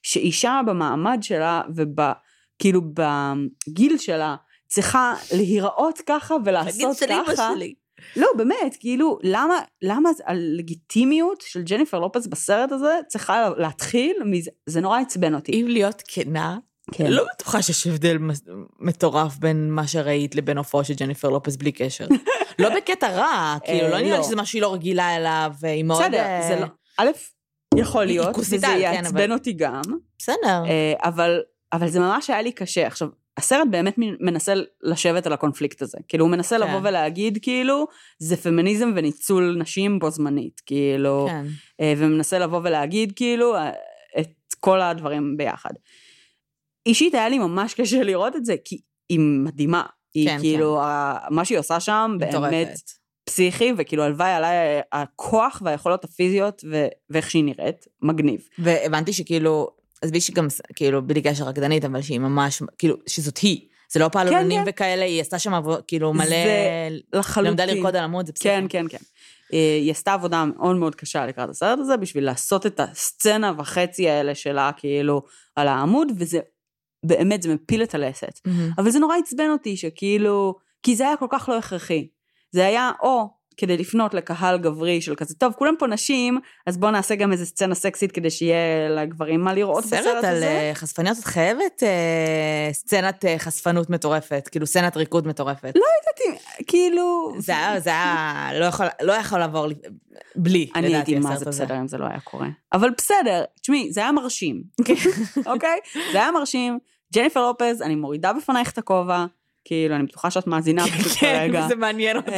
שאישה במעמד שלה, כאילו בגיל שלה, צריכה להיראות ככה ולעשות ככה. לא, באמת, כאילו, למה הלגיטימיות של ג'ניפר לופז בסרט הזה צריכה להתחיל מזה? זה נורא עצבן אותי. אם להיות כנה, לא בטוחה שיש הבדל מטורף בין מה שראית לבין הופעה של ג'ניפר לופז בלי קשר. לא בקטע רע, כאילו, לא נראה שזה משהו שהיא לא רגילה אליו, והיא מאוד... בסדר, זה לא... א', יכול להיות, וזה יעצבן אותי גם. בסדר. אבל זה ממש היה לי קשה. עכשיו, הסרט באמת מנסה לשבת על הקונפליקט הזה. כאילו, הוא מנסה לבוא ולהגיד, כאילו, זה פמיניזם וניצול נשים בו זמנית, כאילו, ומנסה לבוא ולהגיד, כאילו, את כל הדברים ביחד. אישית היה לי ממש קשה לראות את זה, כי היא מדהימה. היא כאילו, מה שהיא עושה שם באמת פסיכי, וכאילו הלוואי עליי הכוח והיכולות הפיזיות, ואיך שהיא נראית, מגניב. והבנתי שכאילו, אז בי שגם, כאילו, בלי קשר רקדנית, אבל שהיא ממש, כאילו, שזאת היא. זה לא פעלונים וכאלה, היא עשתה שם, כאילו, מלא... זה לחלוטין. למדה לרקוד על עמוד, זה פסיכי. כן, כן, כן. היא עשתה עבודה מאוד מאוד קשה לקראת הסרט הזה, בשביל לעשות את הסצנה וחצי האלה שלה, כאילו, על העמוד, וזה באמת, זה מפיל את הלסת. אבל זה נורא עצבן אותי, שכאילו, כי זה היה כל כך לא הכרחי. זה היה או כדי לפנות לקהל גברי של כזה, טוב, כולם פה נשים, אז בואו נעשה גם איזה סצנה סקסית, כדי שיהיה לגברים מה לראות בסרט הזה. סרט על חשפניות, את חייבת סצנת חשפנות מטורפת, כאילו סצנת ריקוד מטורפת. לא יודעתי, כאילו... זה היה, לא יכול לעבור בלי, אני הייתי מה זה בסדר אם זה לא היה קורה. אבל בסדר, תשמעי, זה היה מרשים. אוקיי? זה היה מרשים. ג'ניפר לופז, אני מורידה בפנייך את הכובע, כאילו, אני בטוחה שאת מאזינה פשוט כרגע. כן, זה מעניין אותך.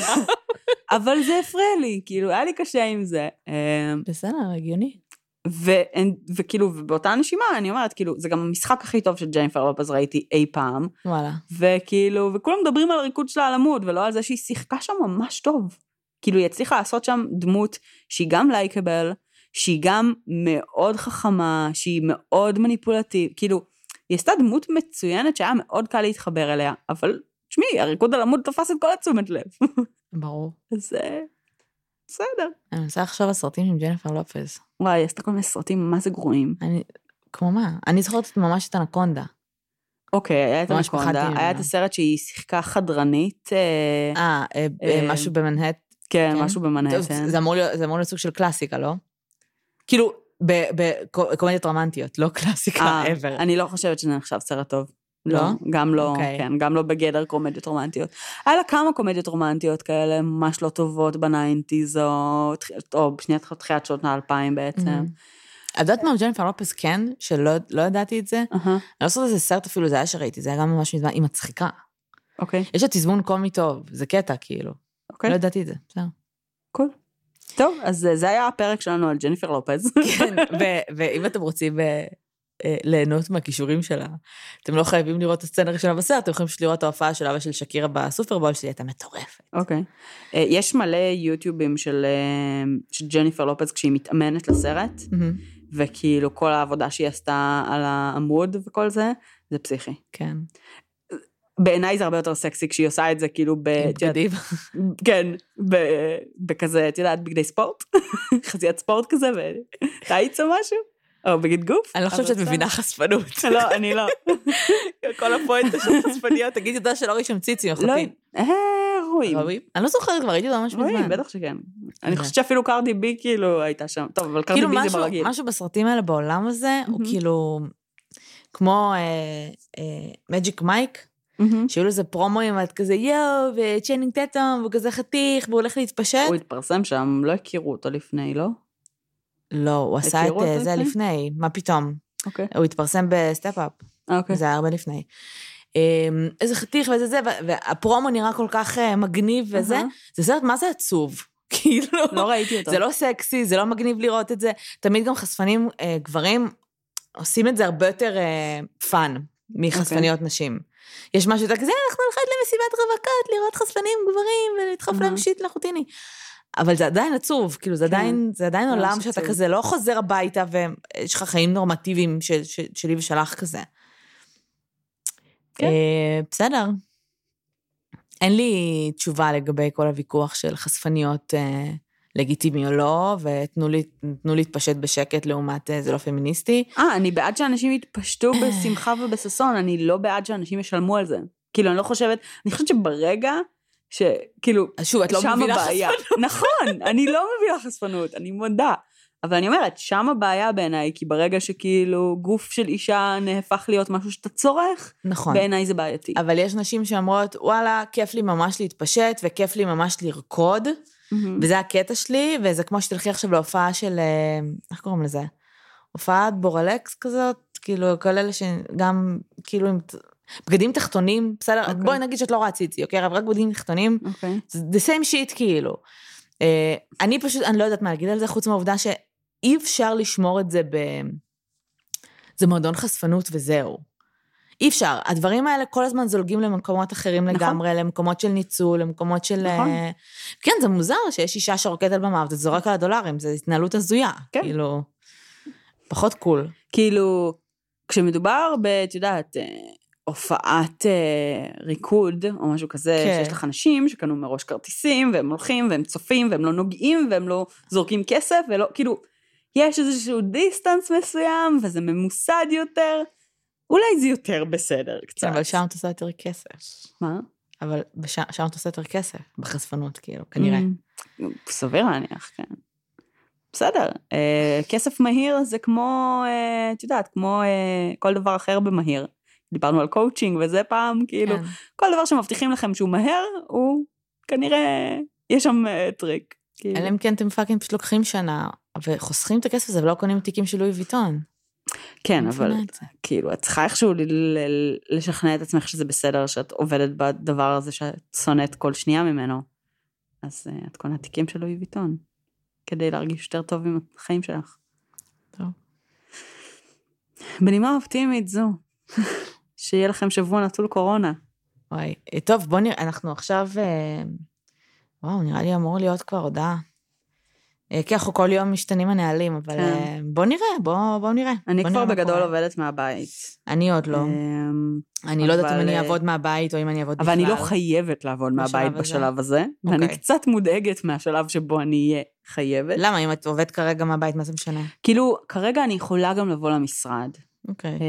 אבל זה הפריע לי, כאילו, היה לי קשה עם זה. בסדר, הגיוני. וכאילו, באותה נשימה, אני אומרת, כאילו, זה גם המשחק הכי טוב של ג'ניפר לופז ראיתי אי פעם. וואלה. וכאילו, וכולם מדברים על הריקוד שלה על עמוד, ולא על זה שהיא שיחקה שם ממש טוב. כאילו, היא הצליחה לעשות שם דמות שהיא גם לייקבל, שהיא גם מאוד חכמה, שהיא מאוד מניפולטיב, כאילו, היא עשתה דמות מצוינת שהיה מאוד קל להתחבר אליה, אבל תשמעי, הריקוד על עמוד תפס את כל התשומת לב. ברור. אז בסדר. אני רוצה לחשוב על סרטים עם ג'ניפר לופז. וואי, עשתה כל מיני סרטים ממש גרועים. כמו מה? אני זוכרת ממש את אנקונדה. אוקיי, היה את אנקונדה, היה את הסרט שהיא שיחקה חדרנית. משהו במנהטן. כן, משהו במנהטן. זה אמור להיות סוג של קלאסיקה, לא? כאילו, בקומדיות רומנטיות, לא קלאסיקה ever. אני לא חושבת שזה נחשב סרט טוב. לא? גם לא, כן, גם לא בגדר קומדיות רומנטיות. היה לה כמה קומדיות רומנטיות כאלה, ממש לא טובות בניינטיז, או בשנייה תחיית שנות ה-2000 בעצם. את יודעת מה, ג'ניפר לופז כן, שלא ידעתי את זה? אני לא עושה איזה סרט אפילו, זה היה שראיתי, זה היה גם ממש מזמן, היא מצחיקה. אוקיי. יש לה תזמון קומי טוב, זה קטע כאילו. לא ידעתי את זה, בסדר. קול. טוב, אז זה היה הפרק שלנו על ג'ניפר לופז. כן, ואם אתם רוצים ליהנות מהכישורים שלה, אתם לא חייבים לראות את הסצנה הראשונה בסרט, אתם יכולים לראות את ההופעה שלה ושל שקירה בסופרבול, שהיא הייתה מטורפת. אוקיי. יש מלא יוטיובים של ג'ניפר לופז כשהיא מתאמנת לסרט, וכאילו כל העבודה שהיא עשתה על העמוד וכל זה, זה פסיכי. כן. בעיניי זה הרבה יותר סקסי כשהיא עושה את זה כאילו בגדים. כן, בכזה, את יודעת, בגדי ספורט, חזיית ספורט כזה, ותאיץ או משהו, או בגד גוף. אני לא חושבת שאת מבינה חשפנות. לא, אני לא. כל הפואנטה של חשפניות, תגיד יודעה שלא ראי שם ציצים, אחותי. רואים. אני לא זוכרת כבר, ראיתי אותה ממש מזמן. רואים, בטח שכן. אני חושבת שאפילו קרדי בי כאילו הייתה שם. טוב, אבל קרדי בי זה ברגיל. משהו בסרטים האלה בעולם הזה, הוא כאילו, כמו מג'יק מייק, שהיו לזה פרומואים, את כזה יואו, וצ'נינג טטום, והוא כזה חתיך, והוא הולך להתפשט. הוא התפרסם שם, לא הכירו אותו לפני, לא? לא, הוא עשה את זה לפני, מה פתאום? הוא התפרסם בסטאפ-אפ, זה היה הרבה לפני. איזה חתיך וזה זה, והפרומו נראה כל כך מגניב וזה, זה סרט, מה זה עצוב? כאילו, לא ראיתי אותו. זה לא סקסי, זה לא מגניב לראות את זה, תמיד גם חשפנים גברים, עושים את זה הרבה יותר פאן, מחשפניות נשים. יש משהו כזה, אנחנו הולכות למסיבת רווקות, לראות חשפנים גברים, ולדחוף להם שיט לחוטיני. אבל זה עדיין עצוב, כאילו זה עדיין עולם שאתה כזה לא חוזר הביתה, ויש לך חיים נורמטיביים שלי ושלך כזה. בסדר. אין לי תשובה לגבי כל הוויכוח של חשפניות לגיטימי או לא, ותנו להתפשט בשקט לעומת זה לא פמיניסטי. אני בעד שאנשים יתפשטו בשמחה ובששון, אני לא בעד שאנשים ישלמו על זה. כאילו, אני לא חושבת, אני חושבת שברגע שכאילו, שוב, את לא מבינה חשפנות. נכון, אני לא מבינה חשפנות, אני מודה. אבל אני אומרת, שם הבעיה בעיניי, כי ברגע שכאילו גוף של אישה נהפך להיות משהו שאתה צורך, נכון. בעיניי זה בעייתי. אבל יש נשים שאומרות, וואלה, כיף לי ממש להתפשט, וכיף לי ממש לרקוד, וזה הקטע שלי, וזה כמו שתלכי עכשיו להופעה של, איך קוראים לזה? הופעת בורלקס כזאת, כאילו, כל אלה שגם, כאילו, עם בגדים תחתונים, בסדר? בואי נגיד שאת לא רואה ציצי, אוקיי? רק בגדים תחתונים, זה the same shit, כאילו. אני פשוט, אני לא יודעת מה להגיד על זה, חוץ מהעובדה שאי אפשר לשמור את זה זה מועדון חשפנות וזהו. אי אפשר. הדברים האלה כל הזמן זולגים למקומות אחרים לגמרי, למקומות של ניצול, למקומות של... כן, זה מוזר שיש אישה שרוקדת על במה, וזה זורק על הדולרים, זה התנהלות הזויה. כאילו, פחות קול. כאילו, כשמדובר את יודעת, הופעת ריקוד, או משהו כזה, שיש לך אנשים שקנו מראש כרטיסים, והם הולכים, והם צופים, והם לא נוגעים, והם לא זורקים כסף, ולא, כאילו, יש איזשהו דיסטנס מסוים, וזה ממוסד יותר, אולי זה יותר בסדר קצת. אבל שם תעשה יותר כסף. מה? אבל שם תעשה יותר כסף, בחשפנות, כאילו, כנראה. סביר להניח, כן. בסדר. כסף מהיר זה כמו, את יודעת, כמו כל דבר אחר במהיר. דיברנו על קואוצ'ינג וזה פעם, כאילו, כל דבר שמבטיחים לכם שהוא מהר, הוא כנראה, יש שם טריק. אלא אם כן אתם פאקינג פשוט לוקחים שנה, וחוסכים את הכסף הזה, ולא קונים תיקים של לואי ויטון. כן, אבל כאילו, את צריכה איכשהו לשכנע את עצמך שזה בסדר, שאת עובדת בדבר הזה, שאת שונאת כל שנייה ממנו. אז את קונה תיקים של לואי ויטון, כדי להרגיש יותר טוב עם החיים שלך. טוב. בנימה אופטימית זו, שיהיה לכם שבוע נטול קורונה. וואי, טוב, בוא נראה, אנחנו עכשיו, וואו, נראה לי אמור להיות כבר הודעה. כי אנחנו כל יום משתנים הנהלים, אבל בוא נראה, בוא נראה. אני כבר בגדול עובדת מהבית. אני עוד לא. אני לא יודעת אם אני אעבוד מהבית, או אם אני אעבוד בכלל. אבל אני לא חייבת לעבוד מהבית בשלב הזה, ואני קצת מודאגת מהשלב שבו אני אהיה חייבת. למה? אם את עובדת כרגע מהבית, מה זה משנה? כאילו, כרגע אני יכולה גם לבוא למשרד. אוקיי.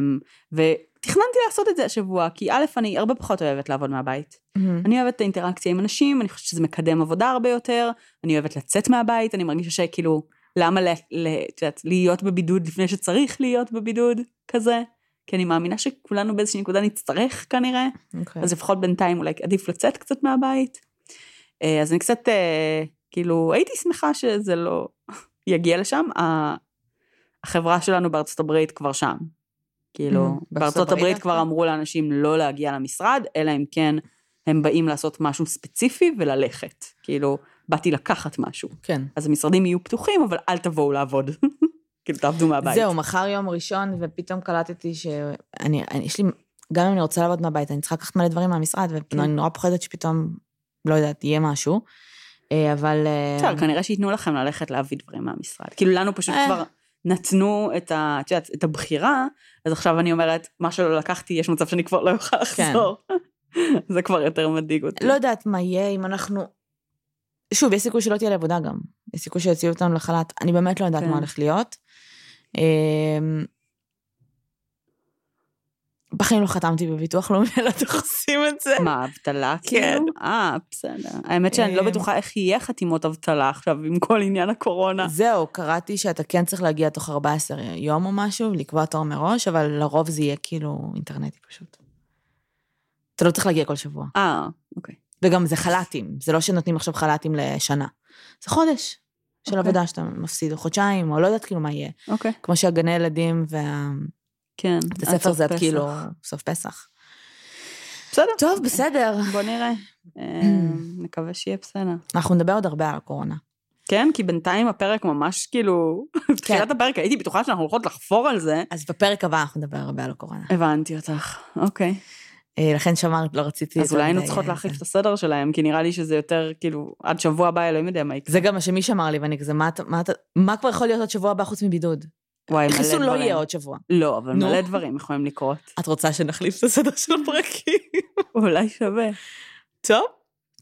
ותכננתי לעשות את זה השבוע, כי א', אני הרבה פחות אוהבת לעבוד מהבית. אני אוהבת את האינטראקציה עם אנשים, אני חושבת שזה מקדם עבודה הרבה יותר, אני אוהבת לצאת מהבית, אני מרגישה שכאילו, למה להיות בבידוד לפני שצריך להיות בבידוד כזה? כי אני מאמינה שכולנו באיזושהי נקודה נצטרך כנראה, אז לפחות בינתיים אולי עדיף לצאת קצת מהבית. אז אני קצת, כאילו, הייתי שמחה שזה לא יגיע לשם, החברה שלנו בארצות הברית כבר שם. כאילו, בארצות הברית כבר אמרו לאנשים לא להגיע למשרד, אלא אם כן הם באים לעשות משהו ספציפי וללכת. כאילו, באתי לקחת משהו. כן. אז המשרדים יהיו פתוחים, אבל אל תבואו לעבוד. כאילו, תעבדו מהבית. זהו, מחר יום ראשון, ופתאום קלטתי יש לי, גם אם אני רוצה לעבוד מהבית, אני צריכה לקחת מלא דברים מהמשרד, ואני נורא פוחדת שפתאום, לא יודעת, יהיה משהו. אבל... בסדר, כנראה שיתנו לכם ללכת להביא דברים מהמשרד. כאילו, לנו פשוט כבר נתנו את הבחירה, אז עכשיו אני אומרת, מה שלא לקחתי, יש מצב שאני כבר לא אוכל לחזור. זה כבר יותר מדאיג אותי. לא יודעת מה יהיה אם אנחנו... שוב, יש סיכוי שלא תהיה לעבודה גם. יש סיכוי שיוציאו אותנו לחל"ת. אני באמת לא יודעת מה הולך להיות. בחיים לא חתמתי בביטוח לאומי, אלא אתם עושים את זה. מה, אבטלה כאילו? בסדר. האמת שאני לא בטוחה איך יהיה חתימות אבטלה עכשיו, עם כל עניין הקורונה. זהו, קראתי שאתה כן צריך להגיע תוך 14 יום או משהו, לקבוע תור מראש, אבל לרוב זה יהיה כאילו אינטרנטי פשוט. אתה לא צריך להגיע כל שבוע. אוקיי. וגם זה חל"תים, זה לא שנותנים עכשיו חל"תים לשנה. זה חודש של עבודה שאתה מפסיד, או חודשיים, או לא יודעת כאילו מה יהיה. אוקיי. כמו שהגני ילדים כן. את הספר זה כאילו סוף פסח. בסדר. טוב, בסדר. בוא נראה. נקווה שיהיה בסדר. אנחנו נדבר עוד הרבה על הקורונה. כן, כי בינתיים הפרק ממש כאילו, בתחילת הפרק הייתי בטוחה שאנחנו הולכות לחפור על זה. אז בפרק הבא אנחנו נדבר הרבה על הקורונה. הבנתי אותך, אוקיי. לכן שמרת, לא רציתי... אז אולי היינו צריכות להחליף את הסדר שלהם, כי נראה לי שזה יותר, כאילו, עד שבוע הבא, אלוהים יודע מה יקרה. זה גם מה שמי שמר לי, ואני כזה, מה כבר יכול להיות עוד שבוע הבא חוץ מבידוד? חיסון לא יהיה עוד שבוע. לא, אבל מלא דברים יכולים לקרות. את רוצה שנחליף את הסדר של הפרקים? אולי שווה. טוב,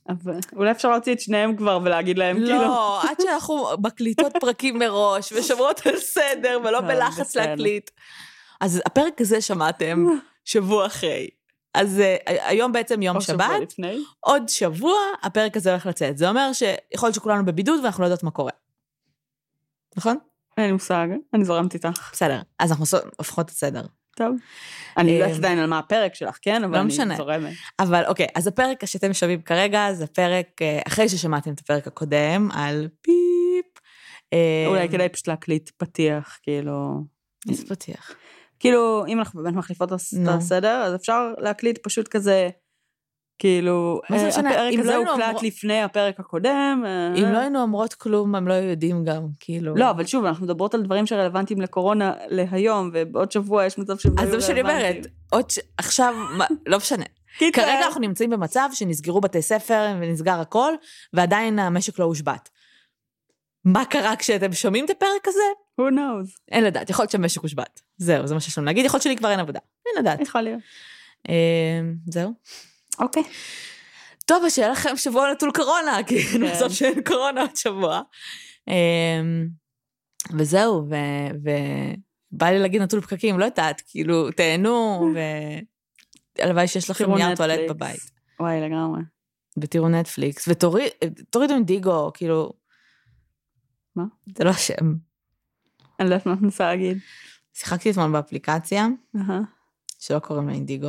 אבל אולי אפשר להוציא את שניהם כבר ולהגיד להם כאילו... לא, עד שאנחנו מקליטות פרקים מראש, ושומרות על סדר, ולא בלחץ להקליט. אז הפרק הזה שמעתם שבוע אחרי. אז היום בעצם יום שבת, עוד שבוע הפרק הזה הולך לצאת. זה אומר שיכול להיות שכולנו בבידוד ואנחנו לא יודעות מה קורה. נכון? אין לי מושג, אני זורמת איתך. בסדר, אז אנחנו הופכות את הסדר. טוב. אני לא יודעת עדיין על מה הפרק שלך, כן? אבל אני זורמת. אבל אוקיי, אז הפרק שאתם שומעים כרגע, זה פרק, אחרי ששמעתם את הפרק הקודם, על פיפ. אולי כדאי פשוט להקליט פתיח, כאילו... איזה פתיח? כאילו, אם אנחנו באמת מחליפות את הסדר, אז אפשר להקליט פשוט כזה, כאילו, הפרק הזה הוקלט לפני הפרק הקודם. אם לא היינו אומרות כלום, הם לא יודעים גם, כאילו. לא, אבל שוב, אנחנו מדברות על דברים שרלוונטיים לקורונה להיום, ובעוד שבוע יש מצב שהם לא יהיו רלוונטיים. אז זה שאני אומרת, עכשיו, לא משנה. כרגע אנחנו נמצאים במצב שנסגרו בתי ספר ונסגר הכל, ועדיין המשק לא הושבת. מה קרה כשאתם שומעים את הפרק הזה? Who knows? אין לדעת, יכול להיות שהמשק הושבת. זהו, זה מה שיש לנו להגיד, יכול להיות שלי כבר אין עבודה. אין לדעת. יכול להיות. זהו. אוקיי. טוב, אז שיהיה לכם שבוע נטול קורונה, כי בסוף שאין קורונה עוד שבוע. וזהו, ובא לי להגיד נטול פקקים, לא יודעת, כאילו, תהנו, והלוואי שיש לכם נייר טואלט בבית. וואי, לגמרי. ותראו נטפליקס, ותורידו אינדיגו, כאילו... מה? זה לא השם. אני לא יודעת מה את מנסה להגיד. שיחקתי אתמול באפליקציה, שלא קוראים לה אינדיגו.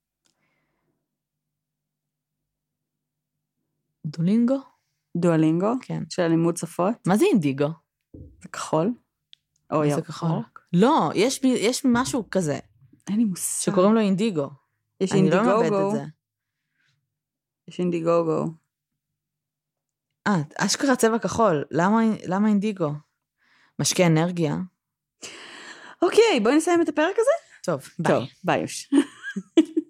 דולינגו? דואלינגו? כן. של לימוד שפות? מה זה אינדיגו? זה כחול? או ירוק? זה כחול. לא, יש משהו כזה. אין לי מושג. שקוראים לו אינדיגו. יש אינדיגוגו. אני לא מאבד את זה. יש אינדיגוגו. אשכרה צבע כחול. למה אינדיגו? משקיע אנרגיה. אוקיי, בואי נסיים את הפרק הזה? טוב, ביי. טוב, ביי יוש.